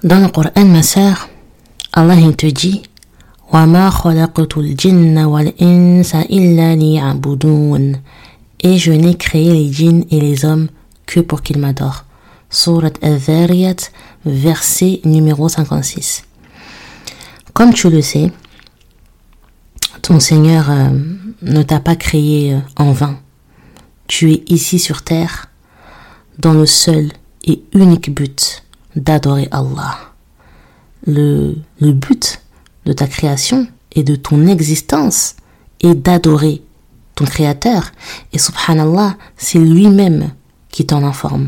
Dans le Coran, ma sœur, Allah il te dit وَمَا خَلَقْتُ الْجِنَّ وَالْإِنسَ إِلَّا لِيَعْبُدُونَ. Et je n'ai créé les djinns et les hommes que pour qu'ils m'adorent. Surat Al-Dhariyat, verset numéro 56. Comme tu le sais, ton Seigneur ne t'a pas créé en vain. Tu es ici sur terre dans le seul et unique but d'adorer Allah. Le but de ta création et de ton existence est d'adorer ton Créateur. Et subhanallah, c'est lui-même qui t'en informe.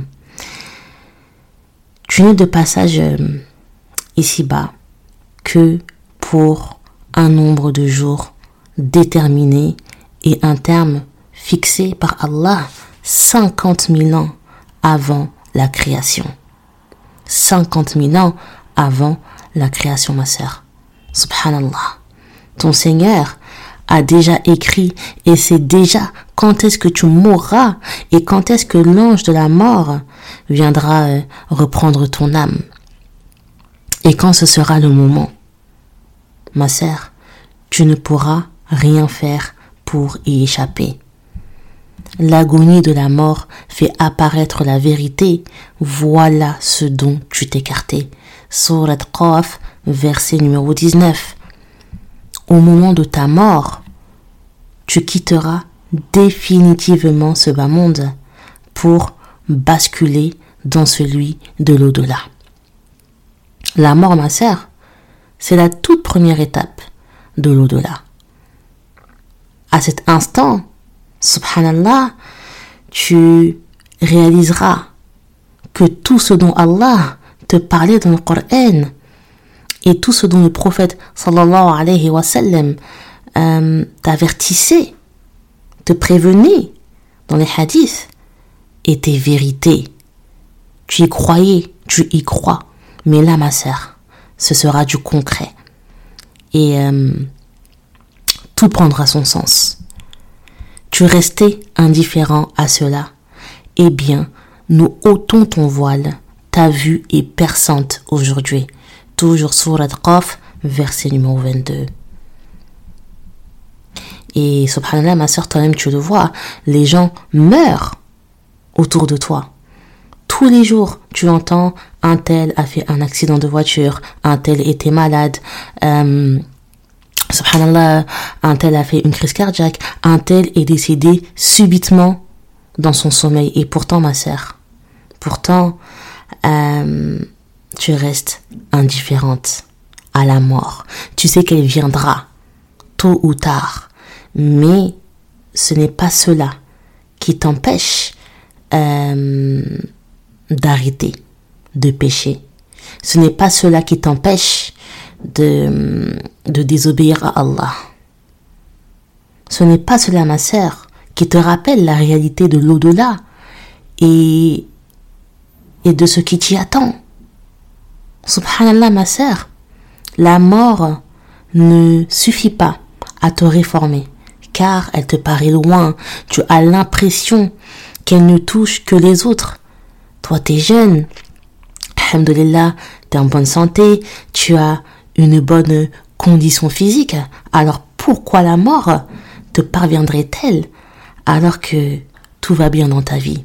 Tu n'es de passage ici-bas que pour un nombre de jours déterminé et un terme fixé par Allah 50 000 ans avant la création. 50 000 ans avant la création, ma sœur. Subhanallah. Ton Seigneur a déjà écrit et sait déjà quand est-ce que tu mourras et quand est-ce que l'ange de la mort viendra reprendre ton âme. Et quand ce sera le moment, ma sœur, tu ne pourras rien faire pour y échapper. L'agonie de la mort fait apparaître la vérité. Voilà ce dont tu t'écartais. Surat Qaf, verset numéro 19. Au moment de ta mort, tu quitteras définitivement ce bas monde pour basculer dans celui de l'au-delà. La mort, ma sœur, c'est la toute première étape de l'au-delà. À cet instant, subhanallah, tu réaliseras que tout ce dont Allah te parlait dans le Coran et tout ce dont le prophète sallallahu alayhi wa sallam t'avertissait, te prévenait dans les hadiths était vérité. Tu y croyais, tu y crois. Mais là, ma sœur, ce sera du concret. Et tout prendra son sens. Tu restais indifférent à cela. Eh bien, nous ôtons ton voile. Ta vue est perçante aujourd'hui. Toujours Surat Qaf, verset numéro 22. Et subhanallah, ma sœur, toi-même, tu le vois, les gens meurent autour de toi. Tous les jours, tu entends un tel a fait un accident de voiture, un tel était malade, subhanallah, un tel a fait une crise cardiaque, un tel est décédé subitement dans son sommeil. Et pourtant, ma sœur, tu restes indifférente à la mort. Tu sais qu'elle viendra, tôt ou tard. Mais ce n'est pas cela qui t'empêche d'arrêter de pécher. Ce n'est pas cela qui t'empêche de désobéir à Allah. Ce n'est pas cela, ma sœur, qui te rappelle la réalité de l'au-delà et de ce qui t'y attend. Subhanallah, ma sœur, la mort ne suffit pas à te réformer, car elle te paraît loin. Tu as l'impression qu'elle ne touche que les autres. Toi, t'es jeune, alhamdoulilah, t'es en bonne santé, tu as une bonne condition physique. Alors pourquoi la mort te parviendrait-elle alors que tout va bien dans ta vie?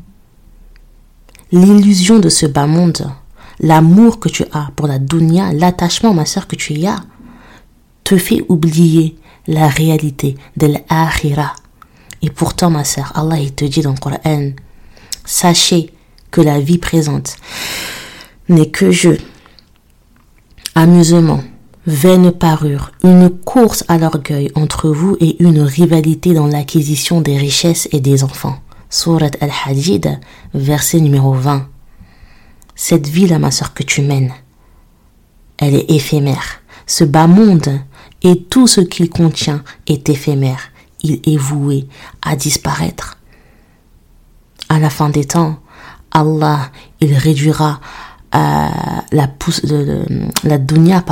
L'illusion de ce bas monde, l'amour que tu as pour la dunya, l'attachement, ma sœur, que tu y as, te fait oublier la réalité de l'akhira. Et pourtant, ma sœur, Allah il te dit dans le Coran, sachez que la vie présente n'est que jeu, amusement, vaine parure, une course à l'orgueil entre vous et une rivalité dans l'acquisition des richesses et des enfants. Surat Al-Hadid, verset numéro 20. Cette vie-là, ma sœur, que tu mènes, elle est éphémère. Ce bas monde et tout ce qu'il contient est éphémère. Il est voué à disparaître. À la fin des temps, Allah, il réduira la dunya,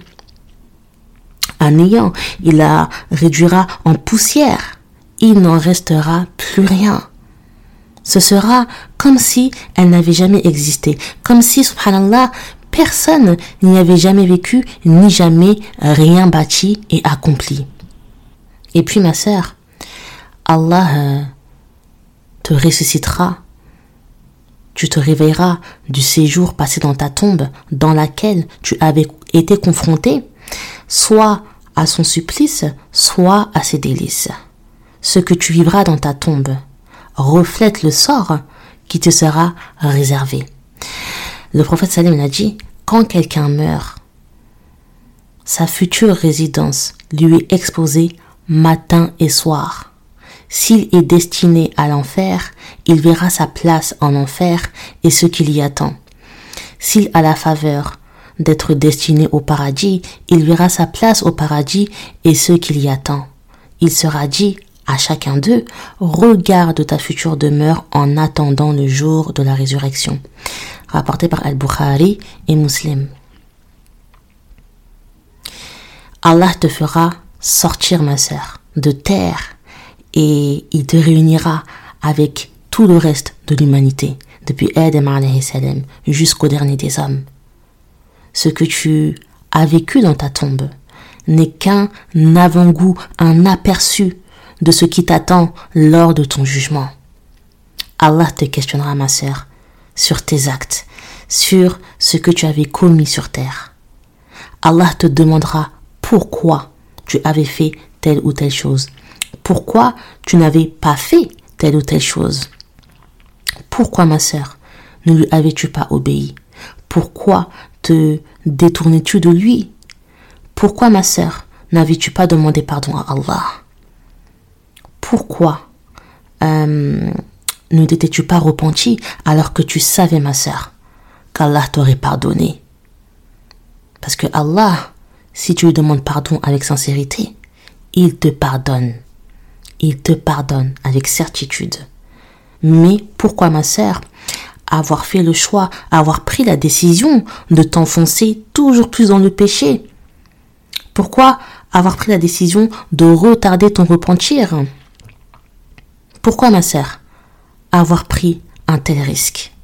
à néant. Il la réduira en poussière. Il n'en restera plus rien. Ce sera comme si elle n'avait jamais existé. Comme si, subhanallah, personne n'y avait jamais vécu ni jamais rien bâti et accompli. Et puis ma sœur, Allah te ressuscitera. Tu te réveilleras du séjour passé dans ta tombe dans laquelle tu avais été confronté, soit à son supplice, soit à ses délices. Ce que tu vivras dans ta tombe reflète le sort qui te sera réservé. Le prophète Salim l'a dit, quand quelqu'un meurt, sa future résidence lui est exposée matin et soir. S'il est destiné à l'enfer, il verra sa place en enfer et ce qu'il y attend. S'il a la faveur d'être destiné au paradis, il verra sa place au paradis et ce qu'il y attend. Il sera dit à chacun d'eux, regarde ta future demeure en attendant le jour de la résurrection. Rapporté par Al-Bukhari et Muslim. Allah te fera sortir, ma sœur, de terre et il te réunira avec tout le reste de l'humanité, depuis Adam alayhi salam jusqu'au dernier des hommes. Ce que tu as vécu dans ta tombe n'est qu'un avant-goût, un aperçu de ce qui t'attend lors de ton jugement. Allah te questionnera, ma sœur, sur tes actes, sur ce que tu avais commis sur terre. Allah te demandera pourquoi tu avais fait telle ou telle chose. Pourquoi tu n'avais pas fait telle ou telle chose. Pourquoi, ma sœur, ne lui avais-tu pas obéi? Pourquoi te détournais-tu de lui? Pourquoi, ma sœur, n'avais-tu pas demandé pardon à Allah? Pourquoi ne t'étais-tu pas repenti alors que tu savais, ma sœur, qu'Allah t'aurait pardonné? Parce que Allah, si tu lui demandes pardon avec sincérité, il te pardonne. Il te pardonne avec certitude. Mais pourquoi, ma sœur, avoir fait le choix, avoir pris la décision de t'enfoncer toujours plus dans le péché? Pourquoi avoir pris la décision de retarder ton repentir? Pourquoi, ma sœur, avoir pris un tel risque?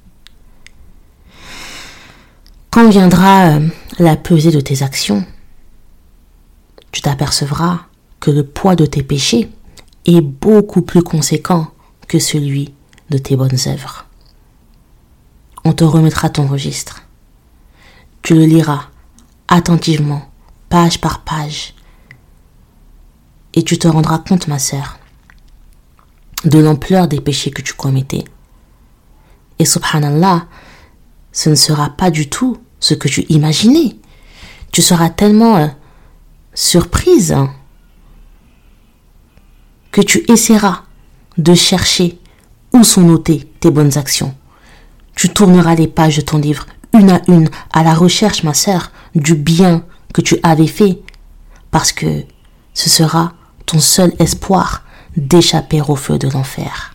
Quand viendra la pesée de tes actions, tu t'apercevras que le poids de tes péchés est beaucoup plus conséquent que celui de tes bonnes œuvres. On te remettra ton registre. Tu le liras attentivement, page par page, et tu te rendras compte, ma sœur, de l'ampleur des péchés que tu commettais. Et subhanallah, ce ne sera pas du tout ce que tu imaginais. Tu seras tellement surprise que tu essaieras de chercher où sont notées tes bonnes actions. Tu tourneras les pages de ton livre une à la recherche, ma sœur, du bien que tu avais fait, parce que ce sera ton seul espoir d'échapper au feu de l'enfer.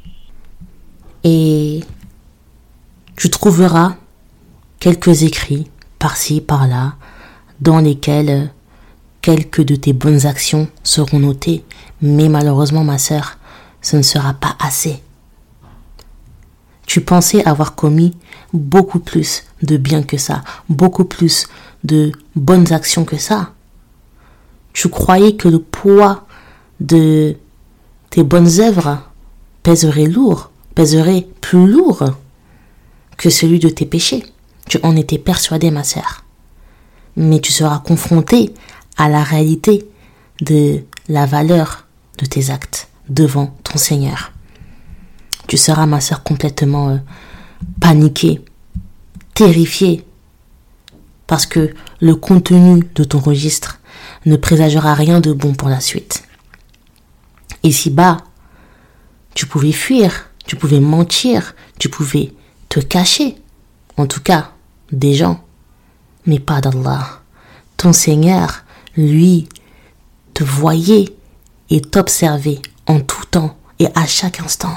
Et tu trouveras quelques écrits par-ci, par-là, dans lesquels quelques de tes bonnes actions seront notées, mais malheureusement, ma sœur, ce ne sera pas assez. Tu pensais avoir commis beaucoup plus de bien que ça, beaucoup plus de bonnes actions que ça. Tu croyais que le poids de tes bonnes œuvres pèserait plus lourd que celui de tes péchés. Tu en étais persuadée, ma sœur. Mais tu seras confrontée à la réalité de la valeur de tes actes devant ton Seigneur. Tu seras, ma sœur, complètement paniquée, terrifiée, parce que le contenu de ton registre ne présagera rien de bon pour la suite. Ici-bas, tu pouvais fuir, tu pouvais mentir, tu pouvais te cacher, en tout cas des gens, mais pas d'Allah. Ton Seigneur, lui, te voyait et t'observait en tout temps et à chaque instant.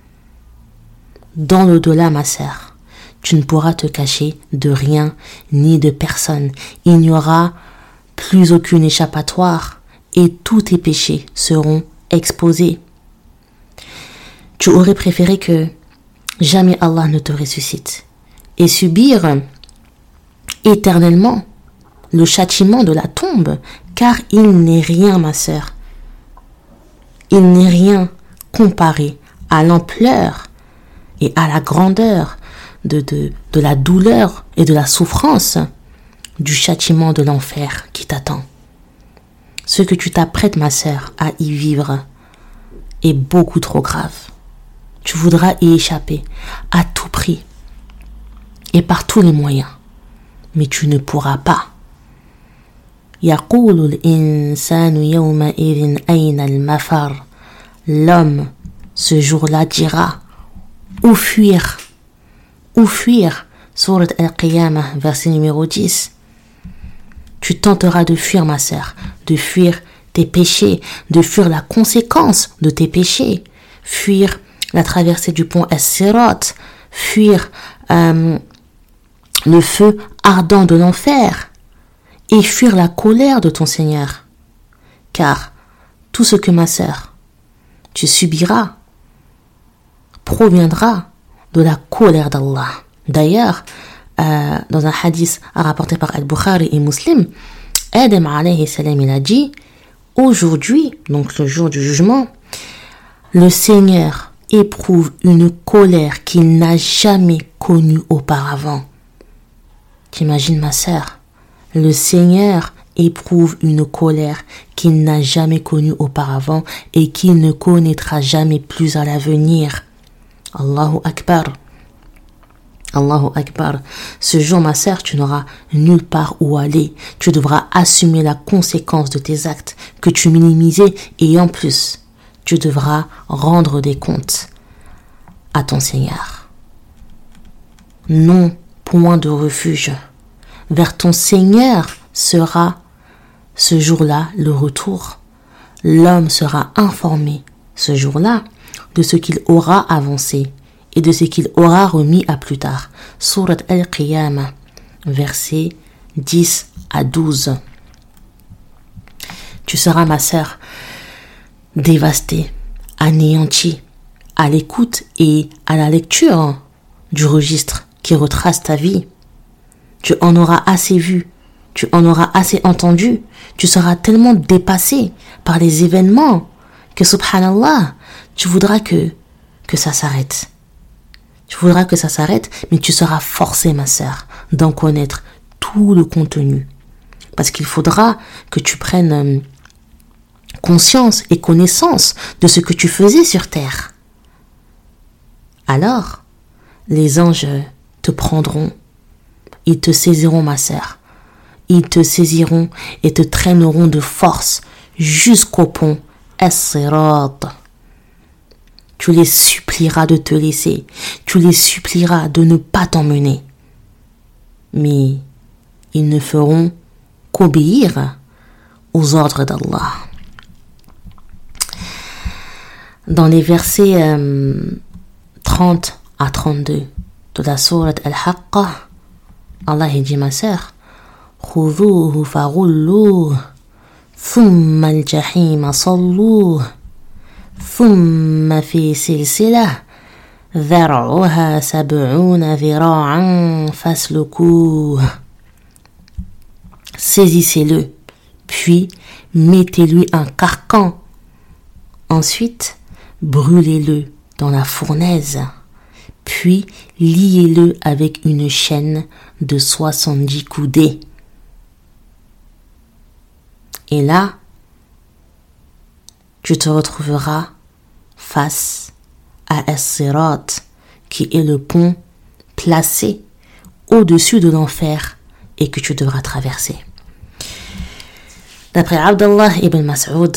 Dans l'au-delà, ma sœur, tu ne pourras te cacher de rien ni de personne. Il n'y aura plus aucune échappatoire et tous tes péchés seront exposés. Tu aurais préféré que jamais Allah ne te ressuscite et subir éternellement le châtiment de la tombe, car il n'est rien, ma sœur. Il n'est rien comparé à l'ampleur et à la grandeur de la douleur et de la souffrance du châtiment de l'enfer qui t'attend. Ce que tu t'apprêtes, ma sœur, à y vivre est beaucoup trop grave. Tu voudras y échapper à tout prix et par tous les moyens, mais tu ne pourras pas. يقول الإنسان يومئذ أين المفر. L'homme, ce jour-là, dira où fuir. Où fuir. Sourate Al-Qiyamah, verset numéro 10. Tu tenteras de fuir, ma sœur, de fuir tes péchés, de fuir la conséquence de tes péchés, fuir la traversée du pont As-Sirat, fuir le feu ardent de l'enfer, et fuir la colère de ton Seigneur. Car tout ce que, ma sœur, tu subiras proviendra de la colère d'Allah. D'ailleurs, dans un hadith rapporté par Al-Bukhari et Muslim, Adam alayhi salam, il a dit: aujourd'hui, donc le jour du jugement, le Seigneur éprouve une colère qu'il n'a jamais connue auparavant. T'imagines, ma sœur? Le Seigneur éprouve une colère qu'il n'a jamais connue auparavant et qu'il ne connaîtra jamais plus à l'avenir. Allahu Akbar. Allahu Akbar. Ce jour, ma sœur, tu n'auras nulle part où aller. Tu devras assumer la conséquence de tes actes que tu minimisais et en plus, tu devras rendre des comptes à ton Seigneur. Non, point de refuge. Vers ton Seigneur sera ce jour-là le retour. L'homme sera informé ce jour-là de ce qu'il aura avancé et de ce qu'il aura remis à plus tard. Sourate Al-Qiyamah, versets 10 à 12. Tu seras, ma sœur, dévastée, anéantie, à l'écoute et à la lecture du registre qui retrace ta vie. Tu en auras assez vu, tu en auras assez entendu, tu seras tellement dépassé par les événements que, subhanallah, tu voudras que ça s'arrête. Tu voudras que ça s'arrête, mais tu seras forcé, ma sœur, d'en connaître tout le contenu. Parce qu'il faudra que tu prennes conscience et connaissance de ce que tu faisais sur terre. Alors, les anges te prendront. Ils te saisiront, ma sœur. Ils te saisiront et te traîneront de force jusqu'au pont As-Sirat. Tu les supplieras de te laisser. Tu les supplieras de ne pas t'emmener. Mais ils ne feront qu'obéir aux ordres d'Allah. Dans les versets 30 à 32 de la sourate Al-Haqqa, Allah dit, ma sœur, خذوه فغلوه ثم الجحيم صلوه ثم في سلسلة ذرعها 70 ذراعا فاسلكوه. Saisissez-le, puis mettez-lui un carcan. Ensuite, brûlez-le dans la fournaise. Puis liez-le avec une chaîne de 70 coudées. Et là, tu te retrouveras face à As-Sirat, qui est le pont placé au-dessus de l'enfer et que tu devras traverser. D'après Abdullah ibn Mas'ud,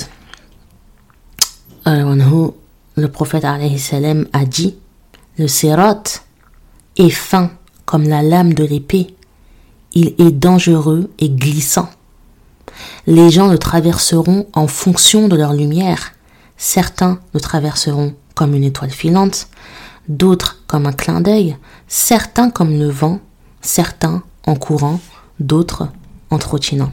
le prophète alayhi salam a dit: le Sirat est fin comme la lame de l'épée. Il est dangereux et glissant. Les gens le traverseront en fonction de leur lumière. Certains le traverseront comme une étoile filante, d'autres comme un clin d'œil, certains comme le vent, certains en courant, d'autres en trottinant.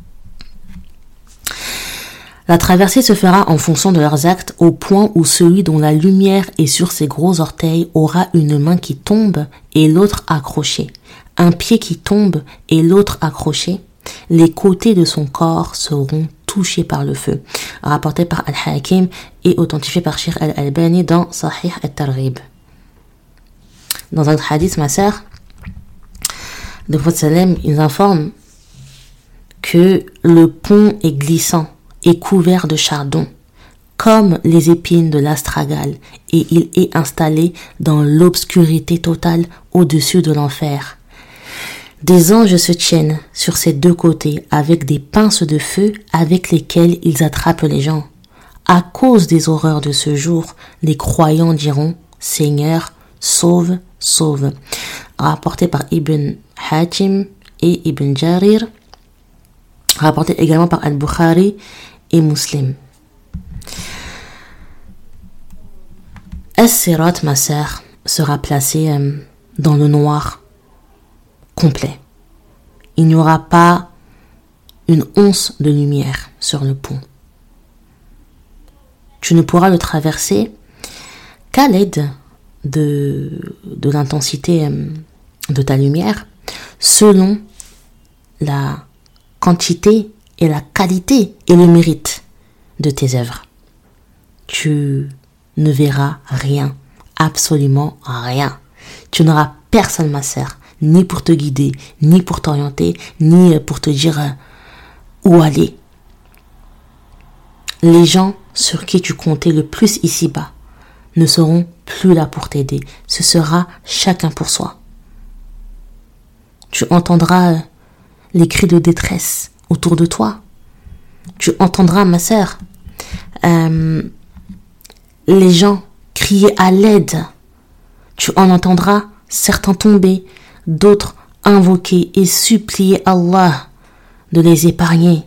La traversée se fera en fonction de leurs actes, au point où celui dont la lumière est sur ses gros orteils aura une main qui tombe et l'autre accrochée. un pied qui tombe et l'autre accroché, les côtés de son corps seront touchés par le feu. Rapporté par Al-Hakim et authentifié par Sheikh Al-Albani dans Sahih Al-Targhib. Dans un autre hadith, ma sœur, le prophète sallam, il informe que le pont est glissant et couvert de chardon, comme les épines de l'astragale, et il est installé dans l'obscurité totale au-dessus de l'enfer. Des anges se tiennent sur ces deux côtés avec des pinces de feu avec lesquelles ils attrapent les gens. À cause des horreurs de ce jour, les croyants diront « Seigneur, sauve, sauve ». Rapporté par Ibn Hatim et Ibn Jarir, rapporté également par Al-Bukhari et Muslim. As-Sirat, ma sœur, sera placé dans le noir complet. Il n'y aura pas une once de lumière sur le pont. Tu ne pourras le traverser qu'à l'aide de l'intensité de ta lumière, selon la quantité et la qualité et le mérite de tes œuvres. Tu ne verras rien, absolument rien. Tu n'auras personne, ma sœur, ni pour te guider, ni pour t'orienter, ni pour te dire où aller. Les gens sur qui tu comptais le plus ici-bas ne seront plus là pour t'aider. Ce sera chacun pour soi. Tu entendras les cris de détresse autour de toi. Tu entendras, ma sœur, les gens crier à l'aide. Tu en entendras certains tomber, d'autres invoquer et supplier Allah de les épargner.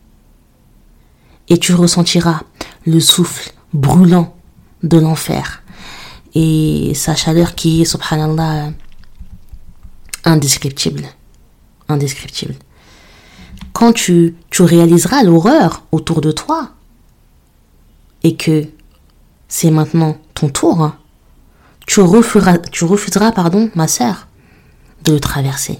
Et tu ressentiras le souffle brûlant de l'enfer et sa chaleur qui est, subhanallah, indescriptible. Indescriptible. Quand tu réaliseras l'horreur autour de toi et que c'est maintenant ton tour, tu refuseras, ma sœur, de le traverser.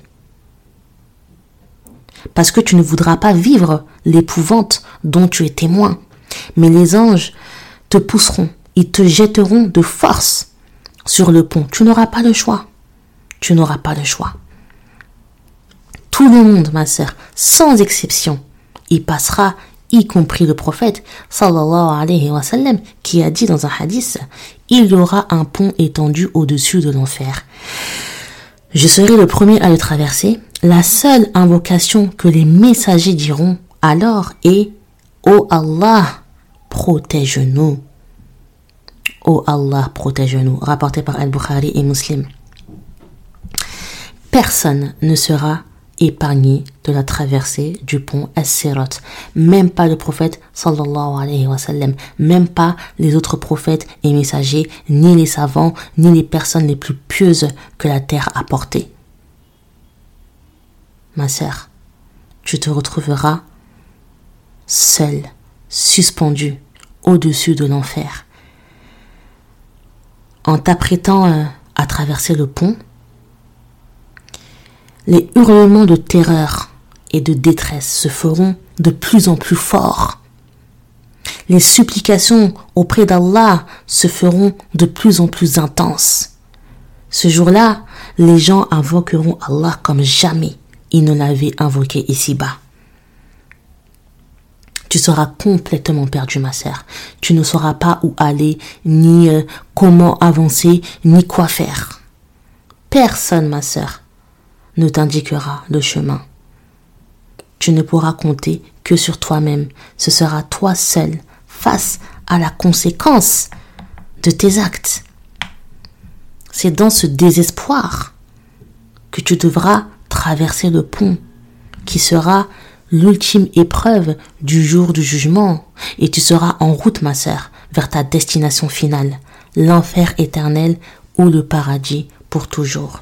Parce que tu ne voudras pas vivre l'épouvante dont tu es témoin. Mais les anges te pousseront, ils te jetteront de force sur le pont. Tu n'auras pas le choix. Tu n'auras pas le choix. Tout le monde, ma sœur, sans exception, y passera, y compris le prophète, sallallahu alayhi wa sallam, qui a dit dans un hadith, il y aura un pont étendu au-dessus de l'enfer. Je serai le premier à le traverser. La seule invocation que les messagers diront alors est « Oh Allah, protège-nous ». « Oh Allah, protège-nous » rapporté par Al-Bukhari et Muslim. Personne ne sera épargné de la traversée du pont As-Sirat. Même pas le prophète sallallahu alayhi wa sallam, même pas les autres prophètes et messagers, ni les savants, ni les personnes les plus pieuses que la terre a portées. Ma sœur, tu te retrouveras seule, suspendue au-dessus de l'enfer. En t'apprêtant à traverser le pont, les hurlements de terreur et de détresse se feront de plus en plus forts. Les supplications auprès d'Allah se feront de plus en plus intenses. Ce jour-là, les gens invoqueront Allah comme jamais ils ne l'avaient invoqué ici-bas. Tu seras complètement perdu, ma sœur. Tu ne sauras pas où aller, ni comment avancer, ni quoi faire. Personne, ma sœur, ne t'indiquera le chemin. Tu ne pourras compter que sur toi-même. Ce sera toi seul face à la conséquence de tes actes. C'est dans ce désespoir que tu devras traverser le pont, qui sera l'ultime épreuve du jour du jugement, et tu seras en route, ma sœur, vers ta destination finale, l'enfer éternel ou le paradis pour toujours.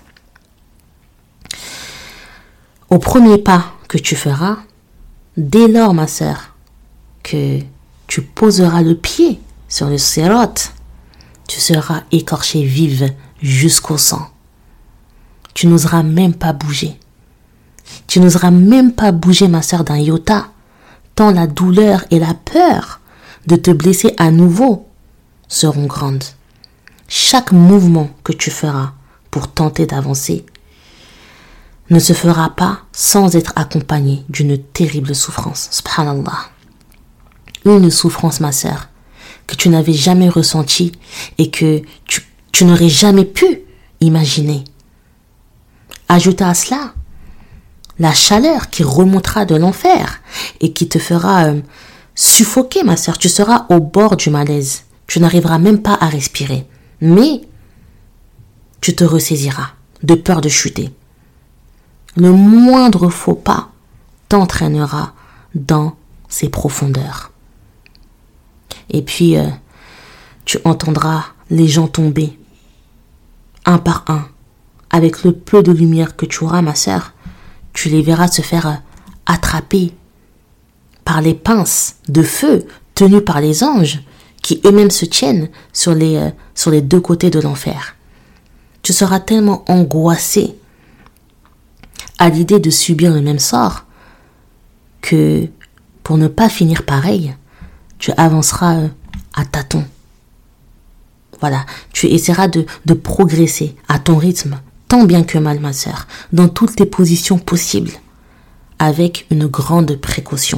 Au premier pas que tu feras, dès lors, ma sœur, que tu poseras le pied sur le sirat, tu seras écorchée vive jusqu'au sang. tu n'oseras même pas bouger. Tu n'oseras même pas bouger, ma sœur, d'un iota, tant la douleur et la peur de te blesser à nouveau seront grandes. Chaque mouvement que tu feras pour tenter d'avancer ne se fera pas sans être accompagné d'une terrible souffrance. Subhanallah. Une souffrance, ma sœur, que tu n'avais jamais ressentie et que tu n'aurais jamais pu imaginer. Ajoute à cela la chaleur qui remontera de l'enfer et qui te fera suffoquer, ma sœur. Tu seras au bord du malaise. Tu n'arriveras même pas à respirer. Mais tu te ressaisiras de peur de chuter. Le moindre faux pas t'entraînera dans ces profondeurs. Et puis, tu entendras les gens tomber, un par un, avec le peu de lumière que tu auras, ma sœur. Tu les verras se faire attraper par les pinces de feu tenues par les anges qui eux-mêmes se tiennent sur les deux côtés de l'enfer. Tu seras tellement angoissé à l'idée de subir le même sort que pour ne pas finir pareil, tu avanceras à tâtons. Voilà, tu essaieras de progresser à ton rythme, tant bien que mal, ma sœur, dans toutes les positions possibles, avec une grande précaution.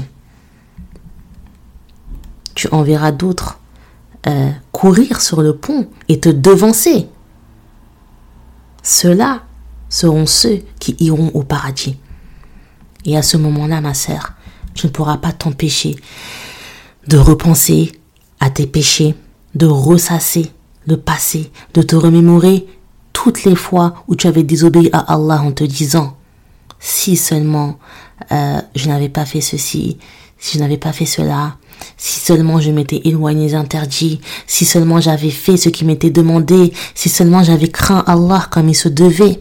Tu en verras d'autres courir sur le pont et te devancer. Ceux-là seront ceux qui iront au paradis. Et à ce moment-là, ma sœur, tu ne pourras pas t'empêcher de repenser à tes péchés, de ressasser le passé, de te remémorer toutes les fois où tu avais désobéi à Allah en te disant « Si seulement je n'avais pas fait ceci, si je n'avais pas fait cela, si seulement je m'étais éloigné des interdits, si seulement j'avais fait ce qui m'était demandé, si seulement j'avais craint Allah comme il se devait,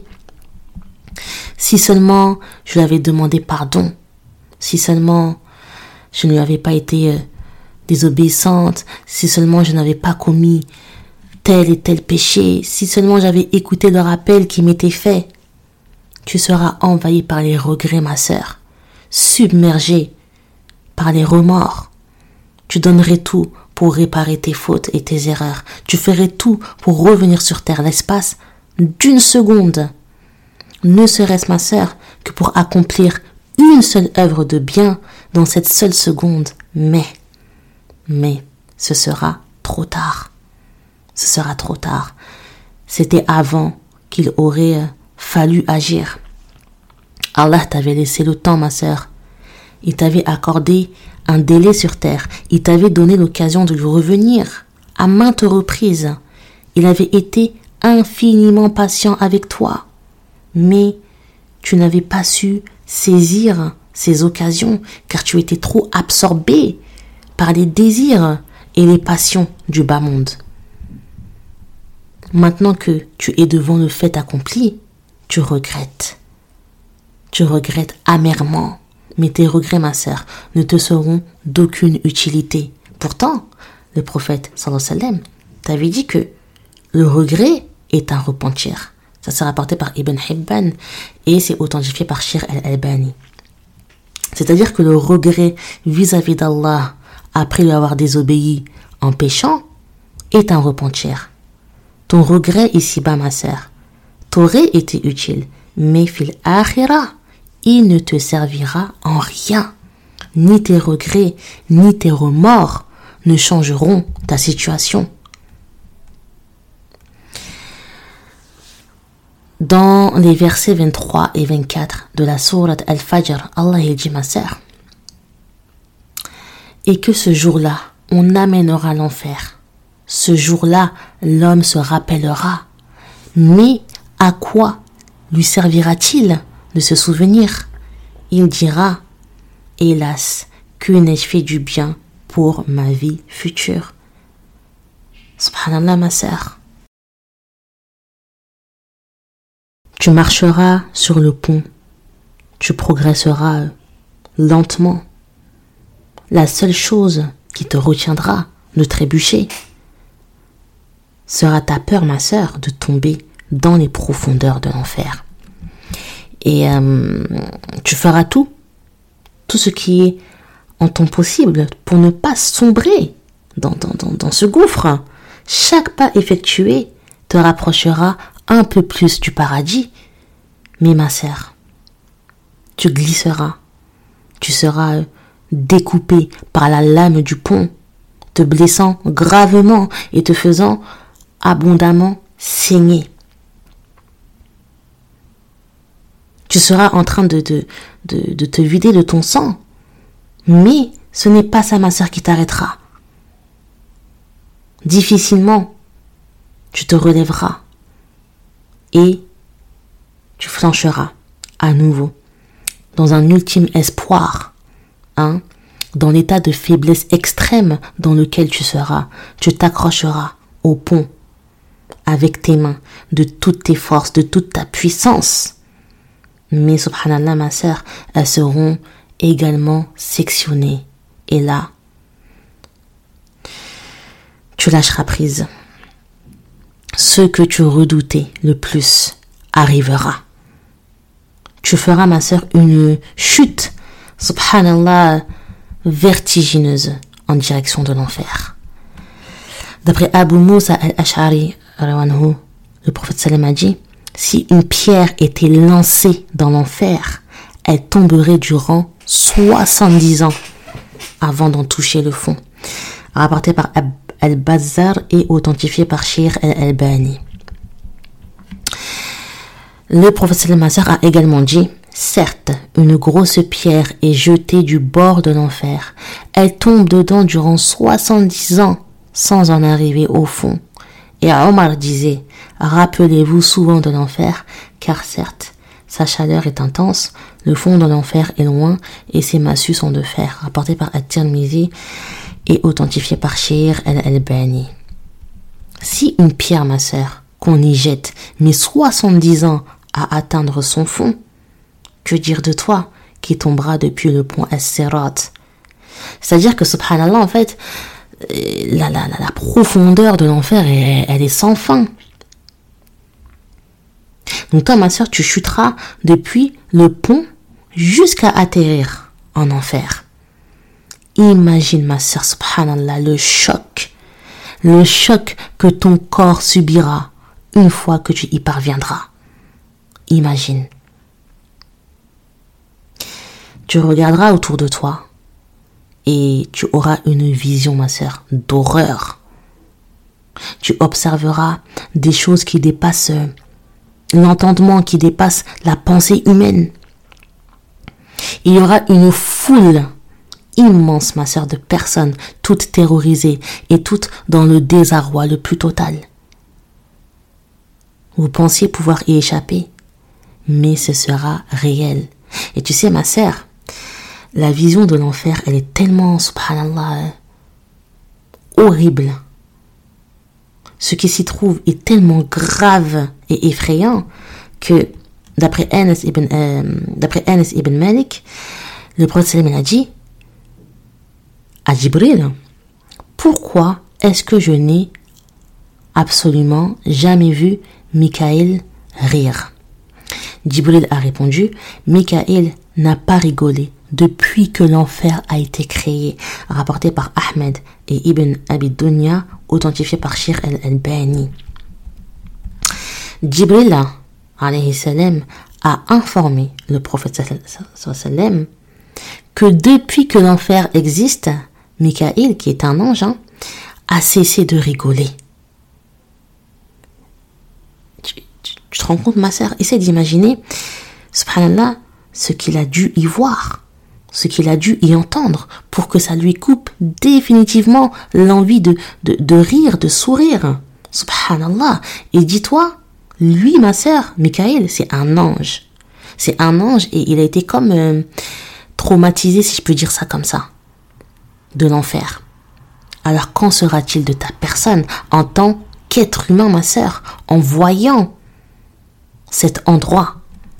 si seulement je lui avais demandé pardon, si seulement je ne lui avais pas été désobéissante, si seulement je n'avais pas commis tel et tel péché, si seulement j'avais écouté le rappel qui m'était fait. » Tu seras envahi par les regrets, ma sœur, submergé par les remords. Tu donnerais tout pour réparer tes fautes et tes erreurs. Tu ferais tout pour revenir sur terre l'espace d'une seconde. Ne serait-ce, ma sœur, que pour accomplir une seule œuvre de bien dans cette seule seconde. Mais, ce sera trop tard. Ce sera trop tard. C'était avant qu'il aurait fallu agir. Allah t'avait laissé le temps, ma sœur. Il t'avait accordé un délai sur terre. Il t'avait donné l'occasion de lui revenir à maintes reprises. Il avait été infiniment patient avec toi. Mais tu n'avais pas su saisir ces occasions car tu étais trop absorbé par les désirs et les passions du bas monde. Maintenant que tu es devant le fait accompli, tu regrettes. Tu regrettes amèrement. Mais tes regrets, ma sœur, ne te seront d'aucune utilité. Pourtant, le prophète, sallallahu alayhi wa sallam, t'avait dit que le regret est un repentir. Ça s'est rapporté par Ibn Hibban et c'est authentifié par Shir al-Albani. C'est-à-dire que le regret vis-à-vis d'Allah, après lui avoir désobéi en péchant, est un repentir. Ton regret ici-bas, ma sœur, t'aurait été utile, mais fil akhira, il ne te servira en rien. Ni tes regrets, ni tes remords ne changeront ta situation. Dans les versets 23 et 24 de la sourate Al-Fajr, Allah il dit, ma sœur, et que ce jour-là, on amènera l'enfer. Ce jour-là, l'homme se rappellera. Mais à quoi lui servira-t-il de se souvenir? Il dira, hélas, que n'ai-je fait du bien pour ma vie future? Subhanallah, ma sœur. Tu marcheras sur le pont. Tu progresseras lentement. La seule chose qui te retiendra de trébucher sera ta peur, ma sœur, de tomber dans les profondeurs de l'enfer. Et tu feras tout ce qui est en ton possible pour ne pas sombrer dans ce gouffre. Chaque pas effectué te rapprochera un peu plus du paradis. Mais ma sœur, tu glisseras. Tu seras découpé par la lame du pont, te blessant gravement et te faisant abondamment saigner. Tu seras en train de te vider de ton sang. Mais ce n'est pas ça, ma sœur, qui t'arrêtera. Difficilement, tu te relèveras et tu flancheras à nouveau dans un ultime espoir, dans l'état de faiblesse extrême dans lequel tu seras. Tu t'accrocheras au pont avec tes mains, de toutes tes forces, de toute ta puissance. Mais subhanallah, ma sœur, elles seront également sectionnées. Et là, tu lâcheras prise. Ce que tu redoutais le plus arrivera. Tu feras, ma sœur, une chute, subhanallah, vertigineuse en direction de l'enfer. D'après Abu Musa al-Ash'ari, le prophète sallam a dit, si une pierre était lancée dans l'enfer, elle tomberait durant 70 ans avant d'en toucher le fond. Rapporté par Al-Bazzar et authentifié par Sheikh Al-Albani. Le prophète sallam a également dit, certes, une grosse pierre est jetée du bord de l'enfer. Elle tombe dedans durant 70 ans sans en arriver au fond. Et Omar disait, rappelez-vous souvent de l'enfer, car certes, sa chaleur est intense, le fond de l'enfer est loin et ses massues sont de fer. Rapporté par At-Tirmidhi et authentifié par Sheikh Al-Albani. Si une pierre, ma sœur, qu'on y jette, met 70 ans à atteindre son fond, que dire de toi qui tombera depuis le pont As-Sirat? C'est-à-dire que, subhanallah, en fait, la profondeur de l'enfer, elle est sans fin. Donc toi, ma sœur, tu chuteras depuis le pont jusqu'à atterrir en enfer. Imagine, ma sœur, subhanallah, le choc que ton corps subira une fois que tu y parviendras. Imagine. Tu regarderas autour de toi et tu auras une vision, ma sœur, d'horreur. Tu observeras des choses qui dépassent l'entendement, qui dépassent la pensée humaine. Il y aura une foule immense, ma sœur, de personnes, toutes terrorisées et toutes dans le désarroi le plus total. Vous pensiez pouvoir y échapper, mais ce sera réel. Et tu sais, ma sœur, la vision de l'enfer, elle est tellement, subhanallah, horrible. Ce qui s'y trouve est tellement grave et effrayant que, d'après Anas ibn Malik, le prophète sallam a dit à Jibril, pourquoi est-ce que je n'ai absolument jamais vu Mikaël rire? Jibril a répondu, Mikaël n'a pas rigolé depuis que l'enfer a été créé, rapporté par Ahmed et Ibn Abi Dunya, authentifié par Sheikh Al-Albani. Jibril alayhi salam a informé le prophète sallam que depuis que l'enfer existe, Mikaël, qui est un ange, a cessé de rigoler. Tu te rends compte, ma sœur? Essaie d'imaginer, subhanallah, ce qu'il a dû y voir, ce qu'il a dû y entendre pour que ça lui coupe définitivement l'envie de rire, de sourire. Subhanallah. Et dis-toi, lui, ma sœur, Mikaël, c'est un ange. C'est un ange et il a été comme traumatisé, si je peux dire ça comme ça, de l'enfer. Alors qu'en sera-t-il de ta personne en tant qu'être humain, ma sœur, en voyant cet endroit?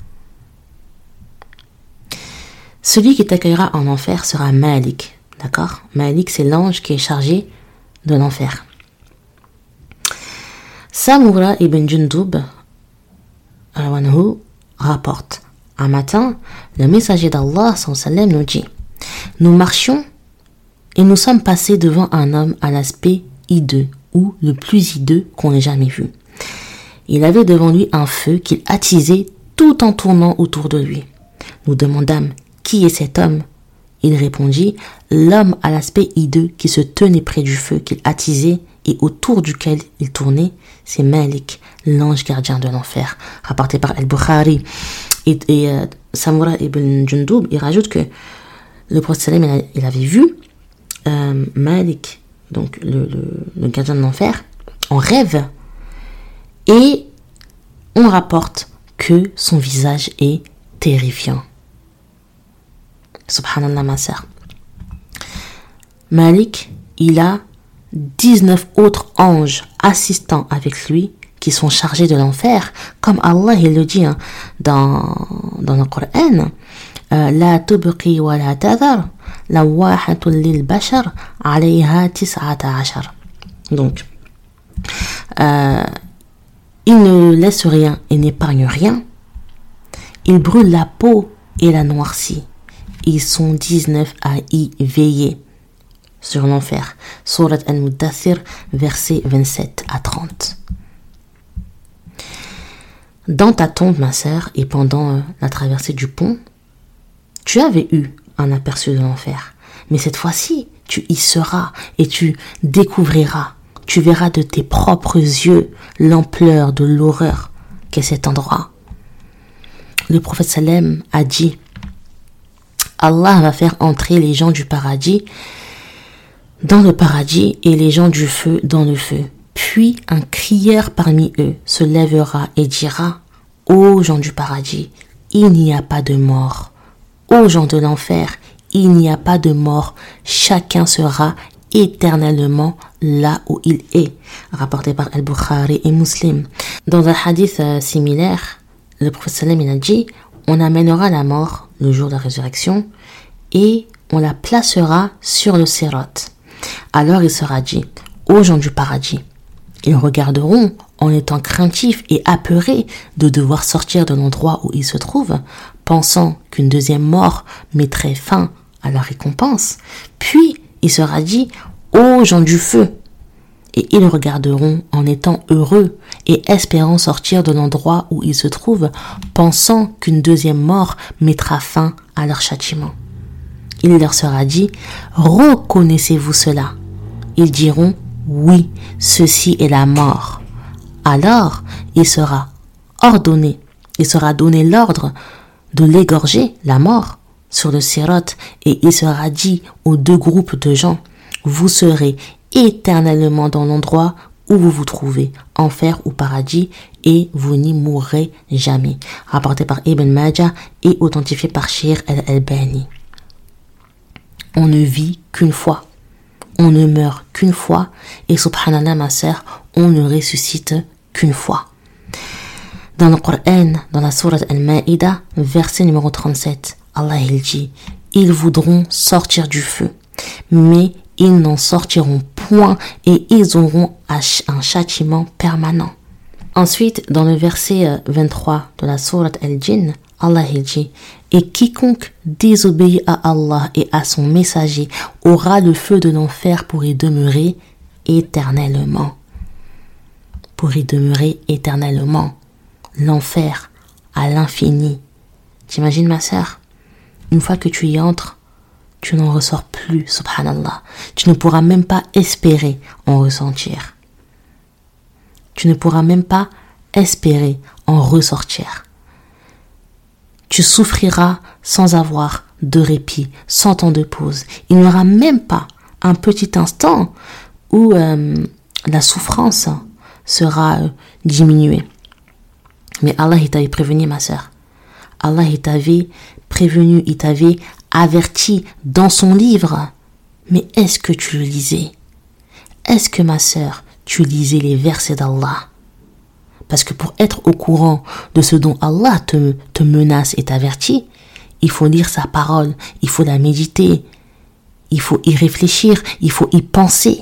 Celui qui t'accueillera en enfer sera Malik, d'accord? Malik, c'est l'ange qui est chargé de l'enfer. Samura ibn Jundub rapporte, Un matin, le messager d'Allah sallam nous dit: nous marchions et nous sommes passés devant un homme à l'aspect hideux, ou le plus hideux qu'on ait jamais vu. Il avait devant lui un feu qu'il attisait tout en tournant autour de lui. Nous demandâmes: qui est cet homme? Il répondit: l'homme à l'aspect hideux qui se tenait près du feu qu'il attisait et autour duquel il tournait, c'est Malik, l'ange gardien de l'enfer, rapporté par Al-Bukhari. Et Samura ibn Jundub, il rajoute que le prophète il avait vu Malik, donc le gardien de l'enfer, en rêve, et on rapporte que son visage est terrifiant. Subhanallah, ma sœur. Malik, il a 19 autres anges assistants avec lui qui sont chargés de l'enfer, comme Allah il le dit dans le Coran: la tubqi wa la tadhar lawahatun lil bashar alayha 19. Donc il ne laisse rien et n'épargne rien. Il brûle la peau et la noircit. Ils sont 19 à y veiller sur l'enfer. Surat Al-Muddathir, versets 27 à 30. Dans ta tombe, ma sœur, et pendant la traversée du pont, tu avais eu un aperçu de l'enfer. Mais cette fois-ci, tu y seras et tu découvriras. Tu verras de tes propres yeux l'ampleur de l'horreur qu'est cet endroit. Le prophète sallam a dit: Allah va faire entrer les gens du paradis dans le paradis et les gens du feu dans le feu. Puis un crieur parmi eux se lèvera et dira: ô gens du paradis, il n'y a pas de mort. Ô gens de l'enfer, il n'y a pas de mort. Chacun sera éternellement là où il est. Rapporté par Al-Bukhari et Muslim. Dans un hadith similaire, le prophète sallam il a dit: on amènera la mort le jour de la résurrection et on la placera sur le sirat. Alors il sera dit aux gens du paradis. Ils regarderont en étant craintifs et apeurés de devoir sortir de l'endroit où ils se trouvent, pensant qu'une deuxième mort mettrait fin à leur récompense. Puis il sera dit aux gens du feu. Et ils regarderont en étant heureux et espérant sortir de l'endroit où ils se trouvent, pensant qu'une deuxième mort mettra fin à leur châtiment. Il leur sera dit: reconnaissez-vous cela? Ils diront: oui, ceci est la mort. Alors il sera donné l'ordre de l'égorger, la mort, sur le sirat, et il sera dit aux deux groupes de gens: vous serez éternellement dans l'endroit où vous vous trouvez, enfer ou paradis, et vous n'y mourrez jamais. Rapporté par Ibn Majah et authentifié par Shir al-Albani. On ne vit qu'une fois, on ne meurt qu'une fois, et subhanallah ma sœur, on ne ressuscite qu'une fois. Dans le Coran, dans la sourate Al-Ma'idah, verset numéro 37, Allah il dit: ils voudront sortir du feu, mais ils n'en sortiront point et ils auront un châtiment permanent. Ensuite, dans le verset 23 de la sourate Al-Jinn, Allah il dit: et quiconque désobéit à Allah et à son messager aura le feu de l'enfer pour y demeurer éternellement. Pour y demeurer éternellement. L'enfer à l'infini. T'imagines ma sœur? Une fois que tu y entres, tu n'en ressors plus, subhanallah. Tu ne pourras même pas espérer en ressentir. Tu ne pourras même pas espérer en ressortir. Tu souffriras sans avoir de répit, sans temps de pause. Il n'y aura même pas un petit instant où la souffrance sera diminuée. Mais Allah il t'avait prévenu, ma sœur. Allah il t'avait prévenu, il t'avait averti dans son livre. Mais est-ce que tu le lisais? Est-ce que, ma sœur, tu lisais les versets d'Allah? Parce que pour être au courant de ce dont Allah te menace et t'avertit, il faut lire sa parole, il faut la méditer, il faut y réfléchir, il faut y penser.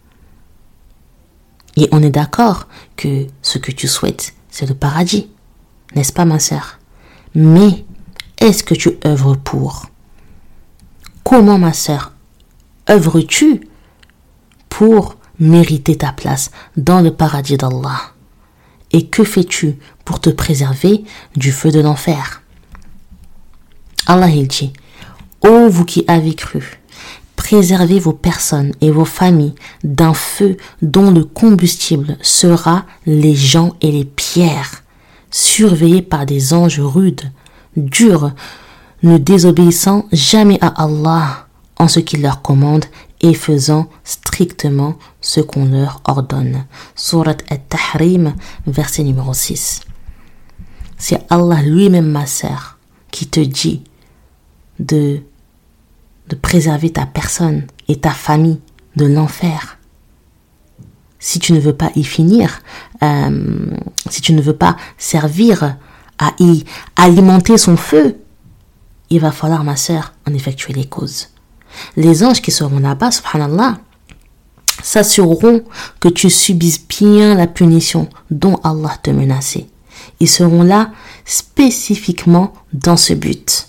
Et on est d'accord que ce que tu souhaites, c'est le paradis, n'est-ce pas ma sœur? Mais est-ce que tu œuvres pour? Comment, ma sœur, œuvres-tu pour mériter ta place dans le paradis d'Allah? Et que fais-tu pour te préserver du feu de l'enfer? Allah il dit: ô vous qui avez cru, préservez vos personnes et vos familles d'un feu dont le combustible sera les gens et les pierres, surveillés par des anges rudes, durs, ne désobéissant jamais à Allah en ce qu'il leur commande et faisant strictement ce qu'on leur ordonne. Surat At-Tahrim, verset numéro 6. C'est Allah lui-même, ma sœur, qui te dit de préserver ta personne et ta famille de l'enfer. Si tu ne veux pas y finir, si tu ne veux pas servir à y alimenter son feu, il va falloir, ma sœur, en effectuer les causes. Les anges qui seront là-bas, subhanallah, s'assureront que tu subisses bien la punition dont Allah te menaçait. Ils seront là spécifiquement dans ce but.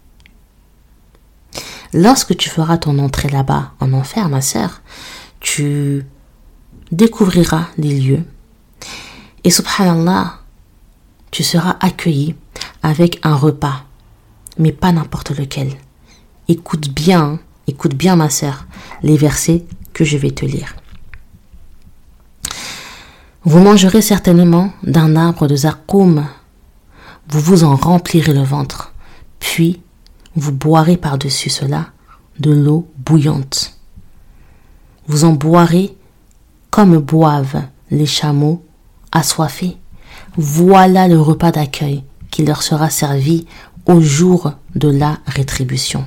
Lorsque tu feras ton entrée là-bas en enfer, ma sœur, tu découvriras les lieux et subhanallah, tu seras accueilli avec un repas, mais pas n'importe lequel. Écoute bien ma sœur, les versets que je vais te lire. Vous mangerez certainement d'un arbre de Zarqoum, vous vous en remplirez le ventre, puis vous boirez par-dessus cela de l'eau bouillante. Vous en boirez comme boivent les chameaux assoiffés. Voilà le repas d'accueil qui leur sera servi au jour de la rétribution.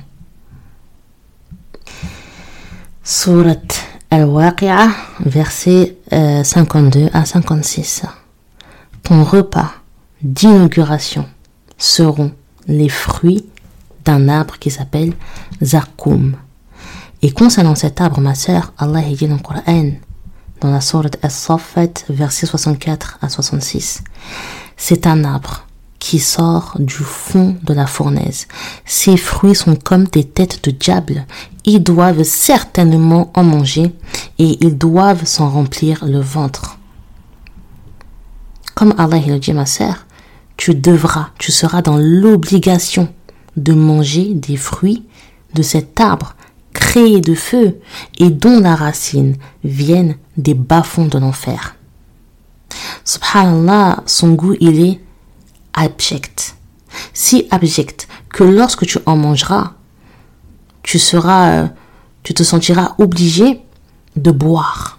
Surat Al-Waqi'ah, versets 52 à 56. Ton repas d'inauguration seront les fruits d'un arbre qui s'appelle Zarqoum. Et concernant cet arbre, ma sœur, Allah dit dans le Coran, dans la sourate As-Saffat, versets 64 à 66, c'est un arbre qui sort du fond de la fournaise. Ses fruits sont comme des têtes de diable. Ils doivent certainement en manger et ils doivent s'en remplir le ventre. Comme Allah il dit, ma sœur, tu seras dans l'obligation de manger des fruits de cet arbre créé de feu et dont la racine vienne des bas-fonds de l'enfer. Subhanallah, son goût il est abject. Si abject que lorsque tu en mangeras, tu te sentiras obligé de boire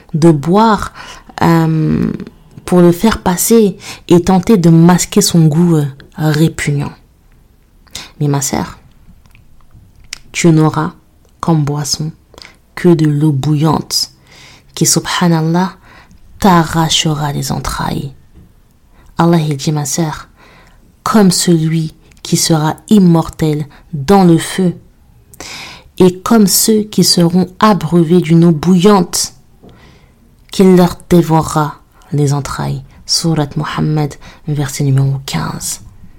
pour le faire passer et tenter de masquer son goût répugnant. Mais ma sœur, tu n'auras comme boisson que de l'eau bouillante qui, subhanallah, t'arrachera les entrailles. Allah il dit, ma sœur, comme celui qui sera immortel dans le feu et comme ceux qui seront abreuvés d'une eau bouillante qui leur dévorera les entrailles. Surat Muhammad, verset numéro 15.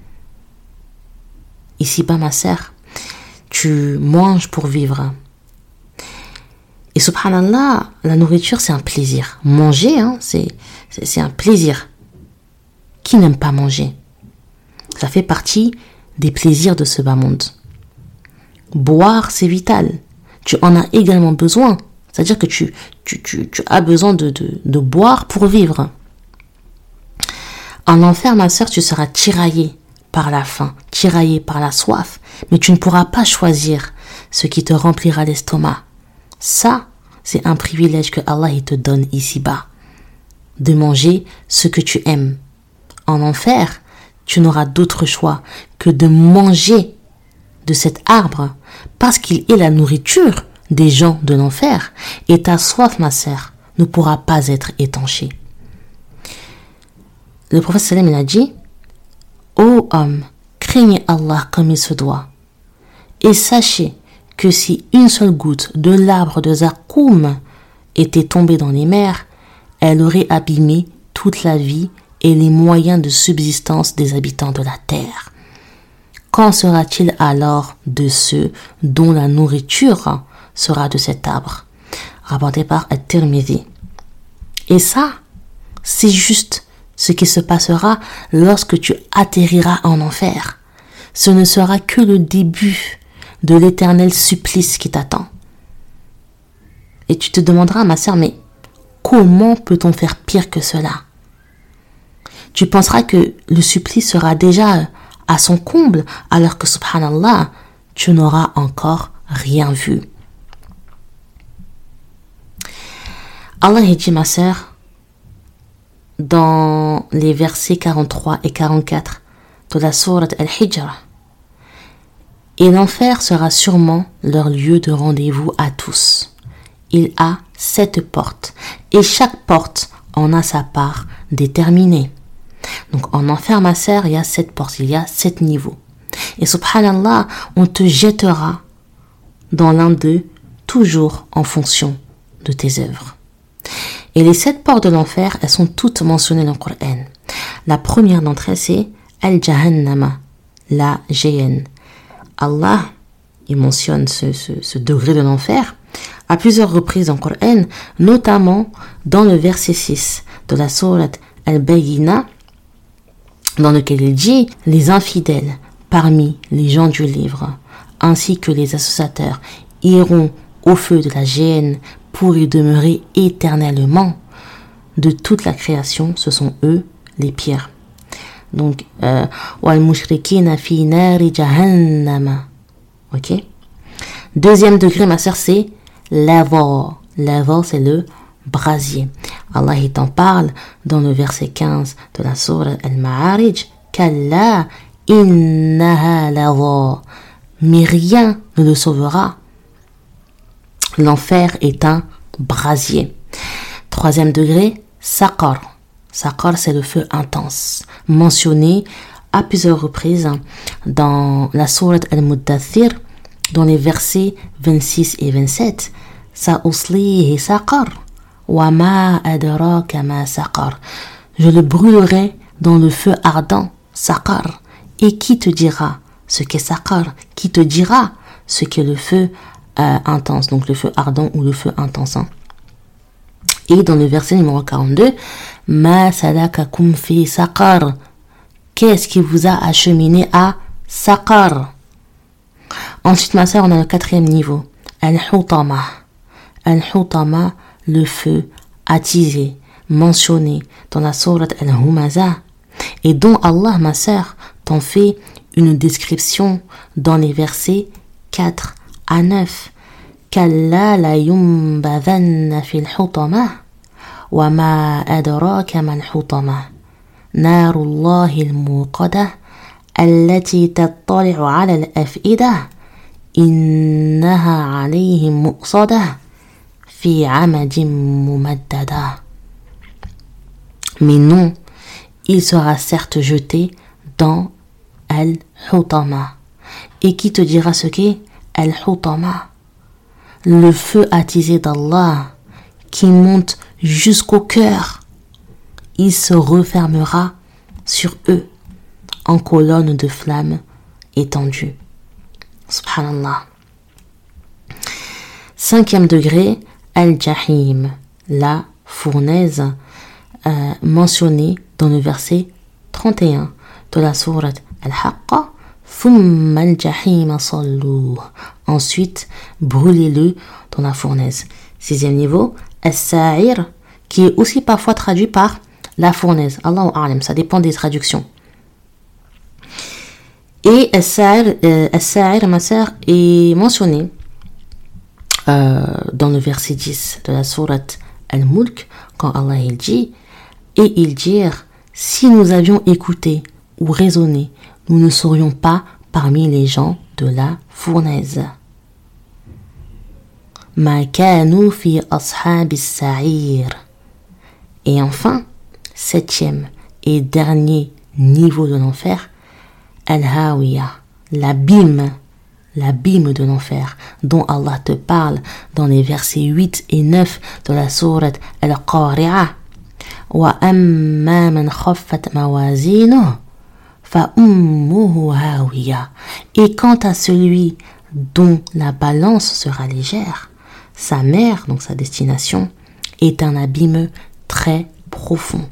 Ici-bas, ma sœur, tu manges pour vivre. Et subhanallah, la nourriture, c'est un plaisir. Manger, c'est un plaisir. Qui n'aime pas manger? Ça fait partie des plaisirs de ce bas monde. Boire, c'est vital. Tu en as également besoin. C'est-à-dire que tu as besoin de boire pour vivre. En enfer, ma sœur, tu seras tiraillée par la faim, tiraillée par la soif, mais tu ne pourras pas choisir ce qui te remplira l'estomac. Ça, c'est un privilège que Allah il te donne ici-bas, de manger ce que tu aimes. En enfer, tu n'auras d'autre choix que de manger de cet arbre parce qu'il est la nourriture des gens de l'enfer et ta soif, ma sœur, ne pourra pas être étanchée. Le prophète sallam il a dit: ô homme, craignez Allah comme il se doit et sachez que si une seule goutte de l'arbre de Zarqoum était tombée dans les mers, elle aurait abîmé toute la vie et les moyens de subsistance des habitants de la terre. Qu'en sera-t-il alors de ceux dont la nourriture sera de cet arbre? Rapporté par At-Tirmidhi. Et ça, c'est juste ce qui se passera lorsque tu atterriras en enfer. Ce ne sera que le début de l'éternel supplice qui t'attend. Et tu te demanderas, ma sœur, mais comment peut-on faire pire que cela? Tu penseras que le supplice sera déjà à son comble, alors que, subhanallah, tu n'auras encore rien vu. Allah dit, ma sœur, dans les versets 43 et 44 de la sourate Al-Hijr, et l'enfer sera sûrement leur lieu de rendez-vous à tous. Il a 7 portes, et chaque porte en a sa part déterminée. Donc en enfer, ma sœur, il y a 7 portes, il y a 7 niveaux. Et subhanallah, on te jettera dans l'un d'eux, toujours en fonction de tes œuvres. Et les 7 portes de l'enfer, elles sont toutes mentionnées dans le Coran. La première d'entre elles, c'est Al-Jahannama, la géhenne. Allah, il mentionne ce degré de l'enfer à plusieurs reprises dans le Coran, notamment dans le verset 6 de la sourate Al-Bayyina, dans lequel il dit « Les infidèles parmi les gens du livre, ainsi que les associateurs, iront au feu de la géhenne pour y demeurer éternellement. De toute la création, ce sont eux les pires. » Donc, wal mushrikina fi nari jahannama. Ok? Deuxième degré, ma sœur, c'est l'avor. L'avor, c'est le brasier. Allah, il t'en parle dans le verset 15 de la sourate Al-Ma'arij. Kalla innaha l'avor. Mais rien ne le sauvera. L'enfer est un brasier. Troisième degré, saqar. Saqar, c'est le feu intense, mentionné à plusieurs reprises dans la sourate Al-Muddathir, dans les versets 26 et 27. Sa'uslihi saqar, wa ma adraka ma saqar. Je le brûlerai dans le feu ardent, saqar. Et qui te dira ce qu'est saqar? Qui te dira ce qu'est le feu intense, donc le feu ardent ou le feu intense. Et dans le verset numéro 42, Ma salakakum fi saqar. Qu'est-ce qui vous a acheminé à saqar? Ensuite, ma sœur, on a le 4e niveau. Al-Hutama. Al-Hutama, le feu attisé, mentionné dans la sourate Al-Humaza, et dont Allah, ma sœur, t'en fait une description dans les versets 4 à 9. Kalla la yumbadhanna fil hutama wa ma adraka mal hutama narullahi al-muqada allati tattali'u 'ala al-af'ida innaha 'alayhim muqsada fi 'amadin mumaddada. Mais non, il sera certes jeté dans Al-Hutama. Et qui te dira ce qu'est Al-Hutama? Le feu attisé d'Allah qui monte jusqu'au cœur. Il se refermera sur eux en colonne de flammes étendues. Subhanallah. 5e degré, Al-Jahim, la fournaise mentionnée dans le verset 31 de la sourate Al-Haqqa. Thumma al-jahima salluh. Ensuite, brûlez-le dans la fournaise. 6e niveau, As-Sa'ir, qui est aussi parfois traduit par la fournaise. Allahu a'lam, ça dépend des traductions. Et As-Sa'ir, ma sœur, est mentionné dans le verset 10 de la sourate Al-Mulk, quand Allah il dit, et ils dirent, si nous avions écouté ou raisonné, nous ne serions pas parmi les gens de la fournaise. Ma kanu fi ashabis sa'ir. Et enfin, 7e et dernier niveau de l'enfer, Al-Hawiya, l'abîme de l'enfer, dont Allah te parle dans les versets 8 et 9 de la sourate Al-Qari'ah. Wa amma man khaffat mawazinuh fa ummuhu hawiya. Et quant à celui dont la balance sera légère, sa mère, donc sa destination, est un abîme très profond.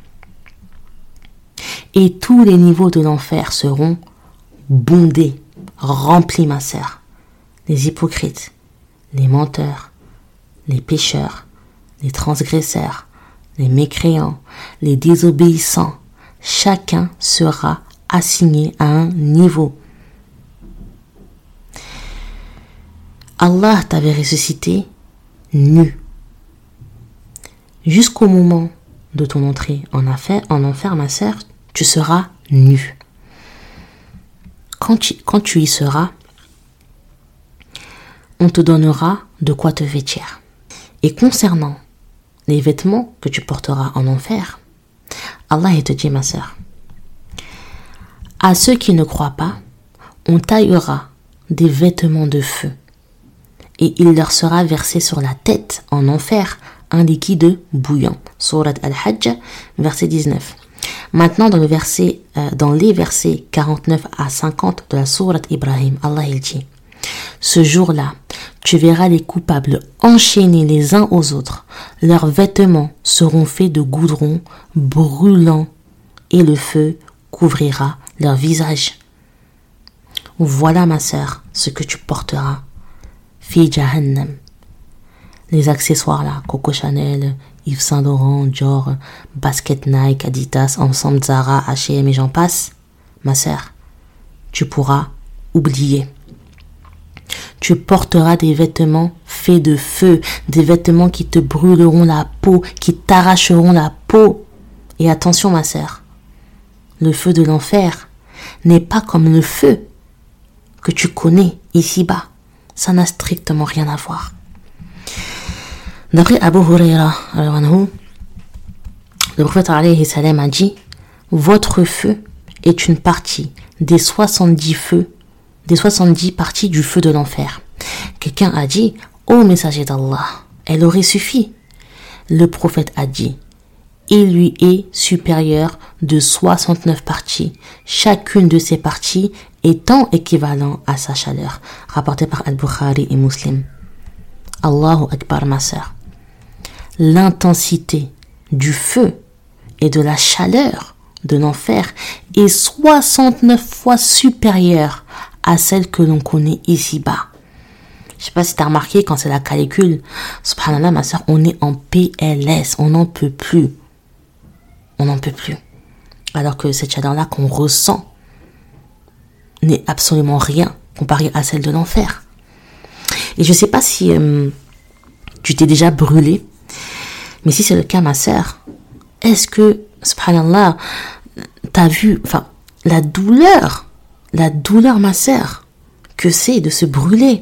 Et tous les niveaux de l'enfer seront bondés, remplis, ma sœur. Les hypocrites, les menteurs, les pécheurs, les transgresseurs, les mécréants, les désobéissants, chacun sera assigné à un niveau. Allah t'avait ressuscité nu. Jusqu'au moment de ton entrée en enfer, ma sœur, tu seras nu. Quand tu y seras, on te donnera de quoi te vêtir. Et concernant les vêtements que tu porteras en enfer, Allah te dit, ma sœur, à ceux qui ne croient pas, on taillera des vêtements de feu et il leur sera versé sur la tête en enfer un liquide bouillant. Surat Al-Hajj, verset 19. Maintenant, dans les versets 49 à 50 de la sourate Ibrahim, Allah il dit: ce jour-là, tu verras les coupables enchaînés les uns aux autres. Leurs vêtements seront faits de goudron brûlant et le feu couvrira leur visage. Voilà, ma sœur, ce que tu porteras. Fi Jahannam. Les accessoires là, Coco Chanel, Yves Saint Laurent, Dior, basket Nike, Adidas, ensemble Zara, H&M et j'en passe, ma sœur, tu pourras oublier. Tu porteras des vêtements faits de feu, des vêtements qui te brûleront la peau, qui t'arracheront la peau. Et attention, ma sœur, le feu de l'enfer n'est pas comme le feu que tu connais ici-bas. Ça n'a strictement rien à voir. D'après Abu Huraira, le prophète alayhi salam a dit: votre feu est une partie des 70 parties du feu de l'enfer. Quelqu'un a dit: ô messager d'Allah, elle aurait suffi. Le prophète a dit: il lui est supérieur de 69 parties, chacune de ces parties étant équivalent à sa chaleur. Rapporté par Al-Bukhari et Muslim. Allahu Akbar, ma sœur. L'intensité du feu et de la chaleur de l'enfer est 69 fois supérieure à celle que l'on connaît ici-bas. Je sais pas si tu as remarqué, quand c'est la canicule, subhanallah, ma sœur, on est en PLS, on n'en peut plus. On n'en peut plus. Alors que cette chaleur-là qu'on ressent n'est absolument rien comparée à celle de l'enfer. Et je sais pas si tu t'es déjà brûlé, mais si c'est le cas, ma sœur, est-ce que, subhanallah, t'as vu, la douleur, ma sœur, que c'est de se brûler.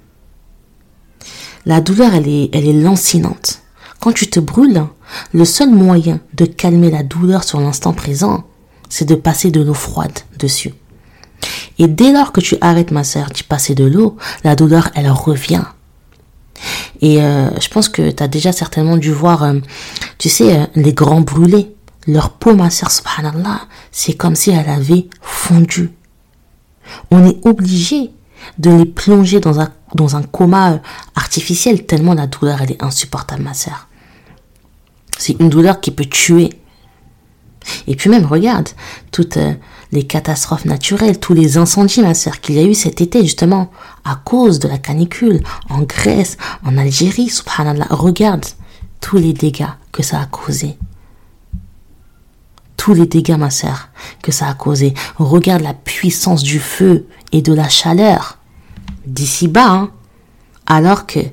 La douleur, elle est lancinante. Quand tu te brûles, le seul moyen de calmer la douleur sur l'instant présent, c'est de passer de l'eau froide dessus. Et dès lors que tu arrêtes, ma sœur, d'y passer de l'eau, la douleur, elle revient. Et je pense que tu as déjà certainement dû voir, les grands brûlés. Leur peau, ma sœur, subhanallah, c'est comme si elle avait fondu. On est obligé de les plonger dans un coma artificiel, tellement la douleur, elle est insupportable, ma sœur. C'est une douleur qui peut tuer. Et puis même, regarde, toutes les catastrophes naturelles, tous les incendies, ma sœur, qu'il y a eu cet été, justement, à cause de la canicule, en Grèce, en Algérie, subhanallah. Regarde tous les dégâts que ça a causé. Tous les dégâts, ma sœur, que ça a causé. Regarde la puissance du feu et de la chaleur d'ici-bas, alors que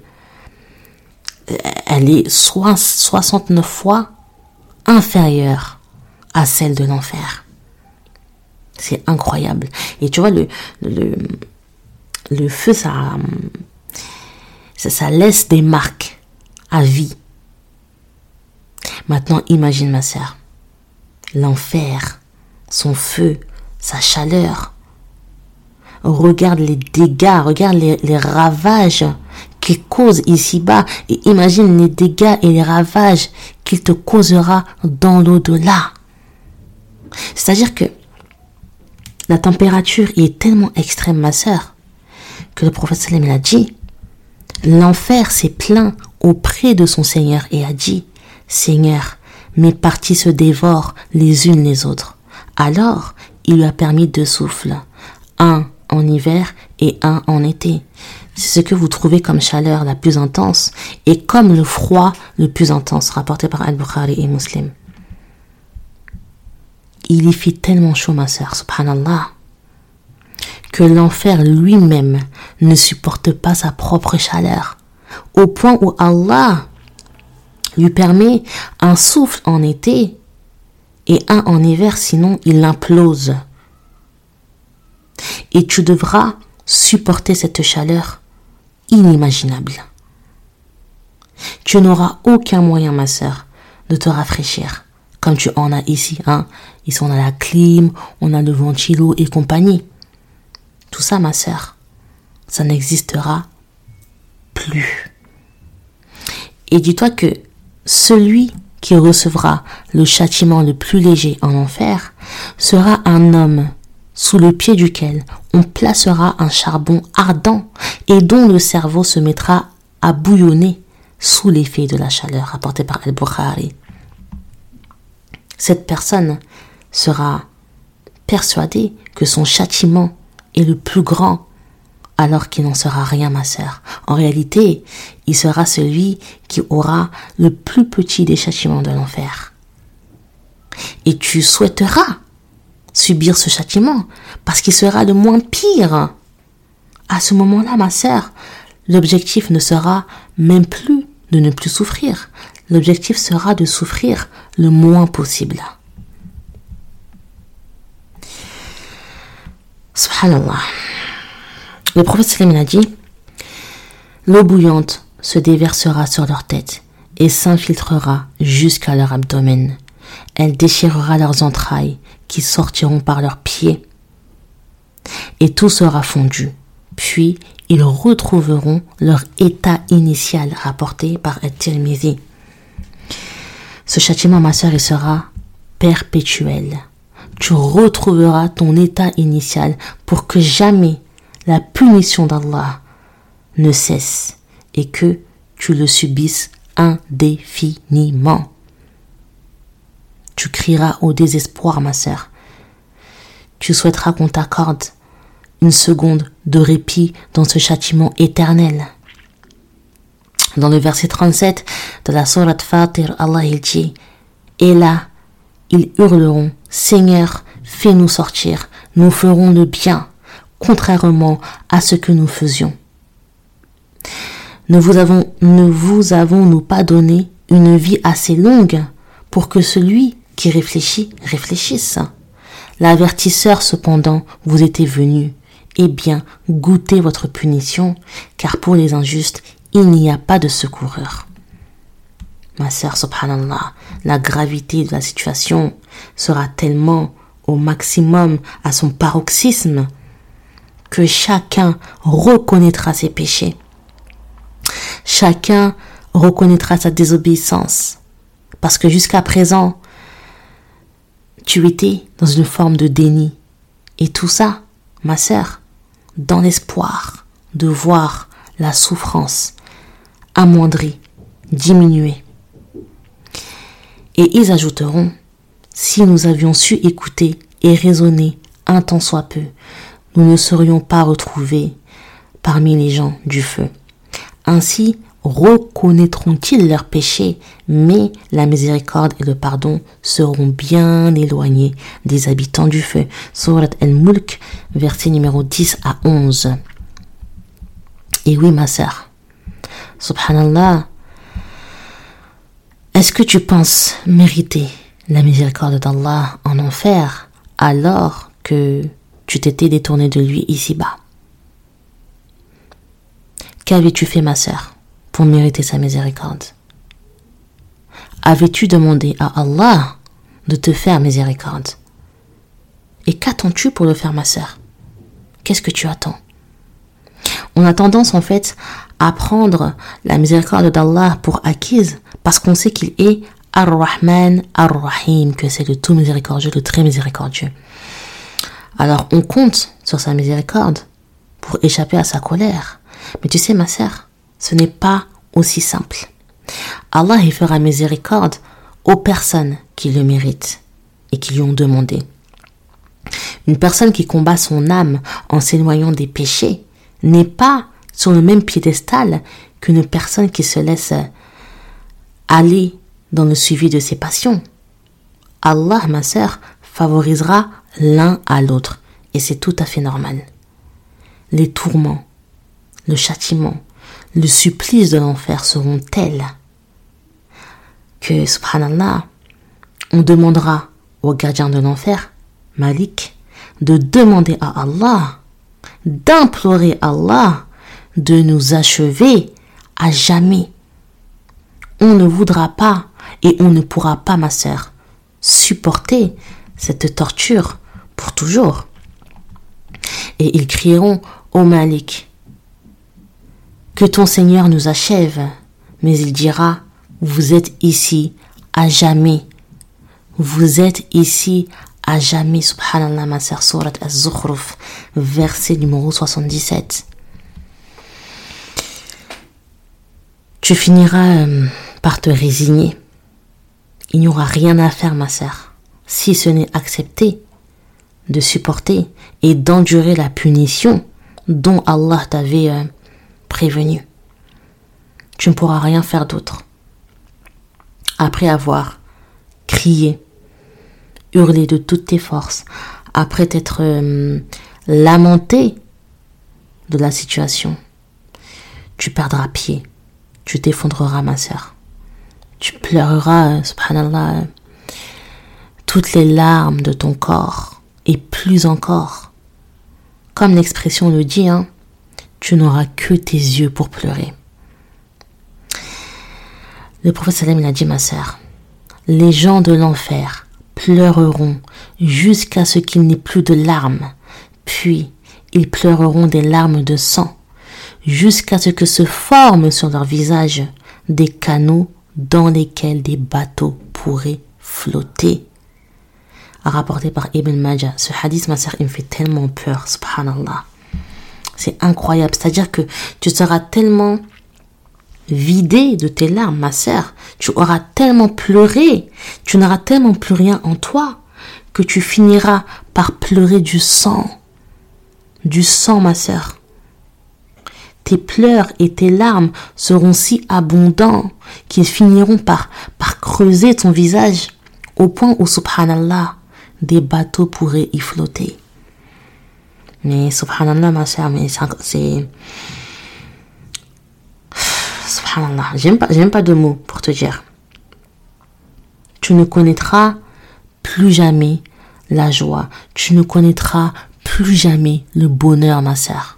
elle est 69 fois inférieure à celle de l'enfer. C'est incroyable. Et tu vois, le feu, ça laisse des marques à vie. Maintenant, imagine, ma sœur, l'enfer, son feu, sa chaleur. Regarde les dégâts, regarde les ravages qu'il cause ici-bas et imagine les dégâts et les ravages qu'il te causera dans l'au-delà. C'est-à-dire que La température est tellement extrême, ma sœur, que le prophète sallam a dit, l'enfer s'est plaint auprès de son Seigneur et a dit, Seigneur, mes parties se dévorent les unes les autres. Alors, il lui a permis 2 souffles, un en hiver et un en été. C'est ce que vous trouvez comme chaleur la plus intense et comme le froid le plus intense, rapporté par Al-Bukhari et Muslim. Il y fit tellement chaud, ma sœur, subhanallah, que l'enfer lui-même ne supporte pas sa propre chaleur, au point où Allah lui permet un souffle en été et un en hiver, sinon il implose. Et tu devras supporter cette chaleur inimaginable. Tu n'auras aucun moyen, ma sœur, de te rafraîchir, comme tu en as ici. Ici, on a la clim, on a le ventilo et compagnie. Tout ça, ma sœur, ça n'existera plus. Et dis-toi que celui qui recevra le châtiment le plus léger en enfer sera un homme sous le pied duquel on placera un charbon ardent et dont le cerveau se mettra à bouillonner sous l'effet de la chaleur, rapporté par Al-Bukhari. Cette personne sera persuadée que son châtiment est le plus grand, alors qu'il n'en sera rien, ma sœur. En réalité, il sera celui qui aura le plus petit des châtiments de l'enfer. Et tu souhaiteras subir ce châtiment, parce qu'il sera le moins pire. À ce moment-là, ma sœur, l'objectif ne sera même plus de ne plus souffrir. L'objectif sera de souffrir le moins possible. Subhanallah. Le prophète sallam a dit, l'eau bouillante se déversera sur leur tête et s'infiltrera jusqu'à leur abdomen. Elle déchirera leurs entrailles qui sortiront par leurs pieds. Et tout sera fondu. Puis, ils retrouveront leur état initial rapporté par At-Tirmidhi. Ce châtiment, ma sœur, il sera perpétuel. Tu retrouveras ton état initial pour que jamais la punition d'Allah ne cesse et que tu le subisses indéfiniment. Tu crieras au désespoir, ma sœur. Tu souhaiteras qu'on t'accorde une seconde de répit dans ce châtiment éternel. Dans le verset 37 de la sourate Fatir, Allah il dit, et là, ils hurleront, Seigneur, fais-nous sortir, nous ferons le bien, contrairement à ce que nous faisions. Ne vous avons-nous pas donné une vie assez longue pour que celui qui réfléchit, réfléchisse? L'avertisseur, cependant, vous était venu. Eh bien, goûtez votre punition, car pour les injustes, il n'y a pas de secoureur. Ma sœur, subhanallah, la gravité de la situation sera tellement au maximum, à son paroxysme, que chacun reconnaîtra ses péchés. Chacun reconnaîtra sa désobéissance. Parce que jusqu'à présent, tu étais dans une forme de déni. Et tout ça, ma sœur, dans l'espoir de voir la souffrance amoindrie, diminuer. Et ils ajouteront, si nous avions su écouter et raisonner un tant soit peu, nous ne serions pas retrouvés parmi les gens du feu. Ainsi reconnaîtront-ils leurs péchés, mais la miséricorde et le pardon seront bien éloignés des habitants du feu. Sourate Al-Mulk, verset numéro 10 à 11. Et oui, ma sœur, subhanallah, est-ce que tu penses mériter la miséricorde d'Allah en enfer alors que tu t'étais détourné de lui ici-bas? Qu'avais-tu fait, ma sœur, pour mériter sa miséricorde? Avais-tu demandé à Allah de te faire miséricorde? Et qu'attends-tu pour le faire, ma sœur? Qu'est-ce que tu attends? On a tendance, en fait, à prendre la miséricorde d'Allah pour acquise parce qu'on sait qu'il est Ar-Rahman, Ar-Rahim, que c'est le tout miséricordieux, le très miséricordieux. alors on compte sur sa miséricorde pour échapper à sa colère. Mais tu sais ma sœur, ce n'est pas aussi simple. Allah il fera miséricorde aux personnes qui le méritent et qui lui ont demandé. Une personne qui combat son âme en s'éloignant des péchés n'est pas sur le même piédestal qu'une personne qui se laisse aller dans le suivi de ses passions. Allah, ma sœur, favorisera l'un à l'autre et c'est tout à fait normal. Les tourments, le châtiment, le supplice de l'enfer seront tels que, subhanallah, on demandera au gardien de l'enfer, Malik, de demander à Allah, d'implorer Allah de nous achever à jamais. On ne voudra pas et on ne pourra pas, ma sœur, supporter cette torture pour toujours. Et ils crieront au Malik, que ton Seigneur nous achève, mais il dira, vous êtes ici à jamais. Vous êtes ici à jamais, subhanallah, ma sœur, surat Az-Zukhruf, verset numéro 77. Tu finiras par te résigner. Il n'y aura rien à faire, ma sœur, si ce n'est accepter de supporter et d'endurer la punition dont Allah t'avait prévenu. Tu ne pourras rien faire d'autre. Après avoir crié, hurlé de toutes tes forces, après t'être lamenté de la situation, tu perdras pied, tu t'effondreras, ma sœur. Tu pleureras, subhanallah, toutes les larmes de ton corps et plus encore. Comme l'expression le dit, tu n'auras que tes yeux pour pleurer. Le prophète sallam il a dit, ma sœur, les gens de l'enfer pleureront jusqu'à ce qu'il n'y ait plus de larmes, puis ils pleureront des larmes de sang, jusqu'à ce que se forment sur leur visage des canaux dans lesquels des bateaux pourraient flotter. Rapporté par Ibn Majah. Ce hadith, ma sœur, il me fait tellement peur, subhanallah. C'est incroyable, c'est-à-dire que tu seras tellement vidé de tes larmes, ma sœur, tu auras tellement pleuré, tu n'auras tellement plus rien en toi, que tu finiras par pleurer du sang, ma sœur. Tes pleurs et tes larmes seront si abondants qu'ils finiront par creuser ton visage au point où, subhanallah, des bateaux pourraient y flotter. Mais subhanallah, ma sœur, mais c'est subhanallah, j'aime pas de mots pour te dire. Tu ne connaîtras plus jamais la joie, tu ne connaîtras plus jamais le bonheur, ma sœur.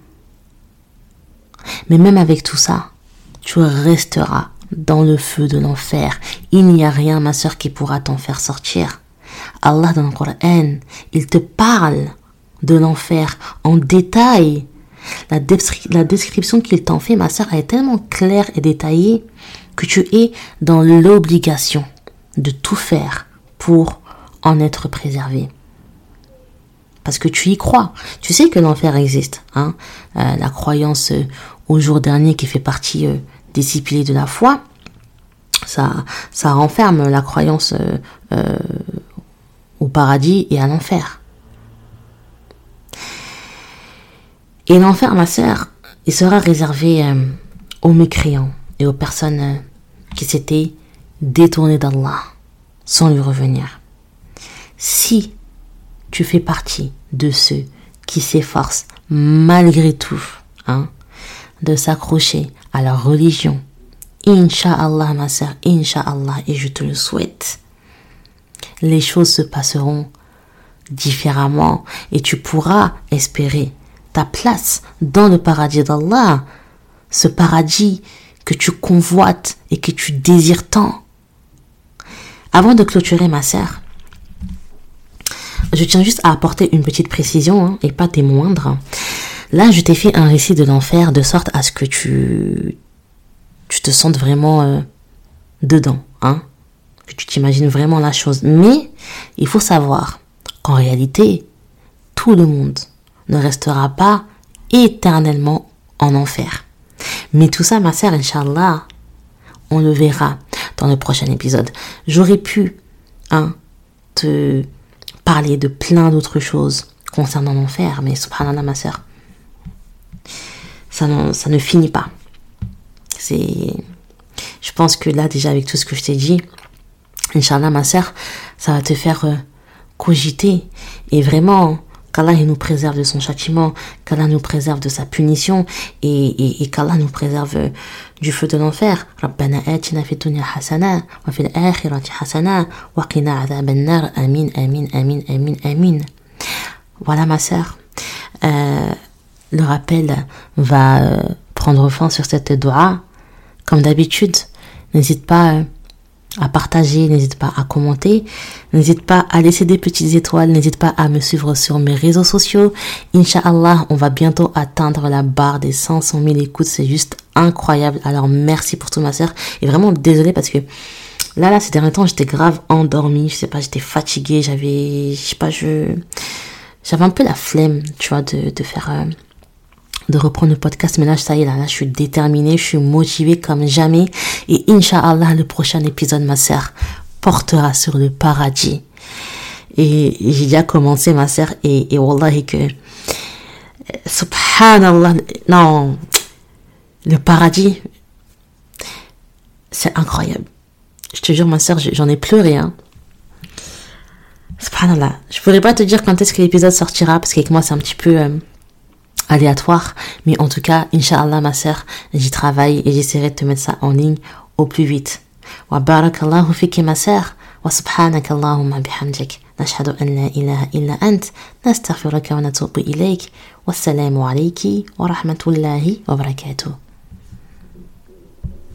Mais même avec tout ça, tu resteras dans le feu de l'enfer. Il n'y a rien, ma sœur, qui pourra t'en faire sortir. Allah dans le Coran, il te parle de l'enfer en détail. La description qu'il t'en fait, ma sœur, elle est tellement claire et détaillée que tu es dans l'obligation de tout faire pour en être préservé. Parce que tu y crois. Tu sais que l'enfer existe. La croyance au jour dernier qui fait partie des 6 piliers de la foi, ça renferme la croyance au paradis et à l'enfer. Et l'enfer, ma sœur, il sera réservé aux mécréants et aux personnes qui s'étaient détournées d'Allah sans lui revenir. Si tu fais partie de ceux qui s'efforcent malgré tout de s'accrocher à leur religion, Inch'Allah, ma sœur, Inch'Allah, et je te le souhaite, les choses se passeront différemment et tu pourras espérer ta place dans le paradis d'Allah, ce paradis que tu convoites et que tu désires tant. Avant de clôturer, ma sœur, je tiens juste à apporter une petite précision et pas des moindres. Là, je t'ai fait un récit de l'enfer de sorte à ce que tu te sentes vraiment dedans, que tu t'imagines vraiment la chose. Mais il faut savoir qu'en réalité, tout le monde ne restera pas éternellement en enfer. Mais tout ça, ma sœur, Inch'Allah, on le verra dans le prochain épisode. J'aurais pu te parler de plein d'autres choses concernant l'enfer, mais subhanallah, ma sœur, ça ne finit pas. Je pense que là, déjà, avec tout ce que je t'ai dit, Inch'Allah, ma sœur, ça va te faire cogiter. Et vraiment, qu'Allah nous préserve de son châtiment, qu'Allah nous préserve de sa punition et qu'Allah nous préserve du feu de l'enfer. Rabbana atina fid dunya hasana wa fil akhirati hasana wa qina adhaban nar. Amin, amin, amin, amin, amin. Voilà, ma sœur. Le rappel va prendre fin sur cette dua. Comme d'habitude, n'hésite pas à partager, n'hésite pas à commenter, n'hésite pas à laisser des petites étoiles, n'hésite pas à me suivre sur mes réseaux sociaux. Inch'Allah, on va bientôt atteindre la barre des 500 000 écoutes, c'est juste incroyable. Alors merci pour tout, ma sœur, et vraiment désolée parce que là ces derniers temps j'étais grave endormie, je sais pas, j'étais fatiguée, j'avais un peu la flemme, tu vois, de reprendre le podcast, mais là, ça y est, là, je suis déterminée, je suis motivée comme jamais, et Inch'Allah, le prochain épisode, ma sœur, portera sur le paradis. Et j'ai déjà commencé, ma sœur, et wallahi que, subhanallah, non, le paradis, c'est incroyable. Je te jure, ma sœur, j'en ai pleuré, Subhanallah. Je pourrais pas te dire quand est-ce que l'épisode sortira, parce qu'avec moi, c'est un petit peu aléatoire, mais en tout cas, Inch'Allah, ma sœur, j'y travaille et j'essaierai de te mettre ça en ligne au plus vite. Wa barakallahu fiki, ma sœur, wa subhanaka Allahumma bihamdik, nashhadu an la ilaha illa ant, nastaghfiruka wa natubu ilayk, wassalamu alayki wa rahmatullahi wa barakatuh.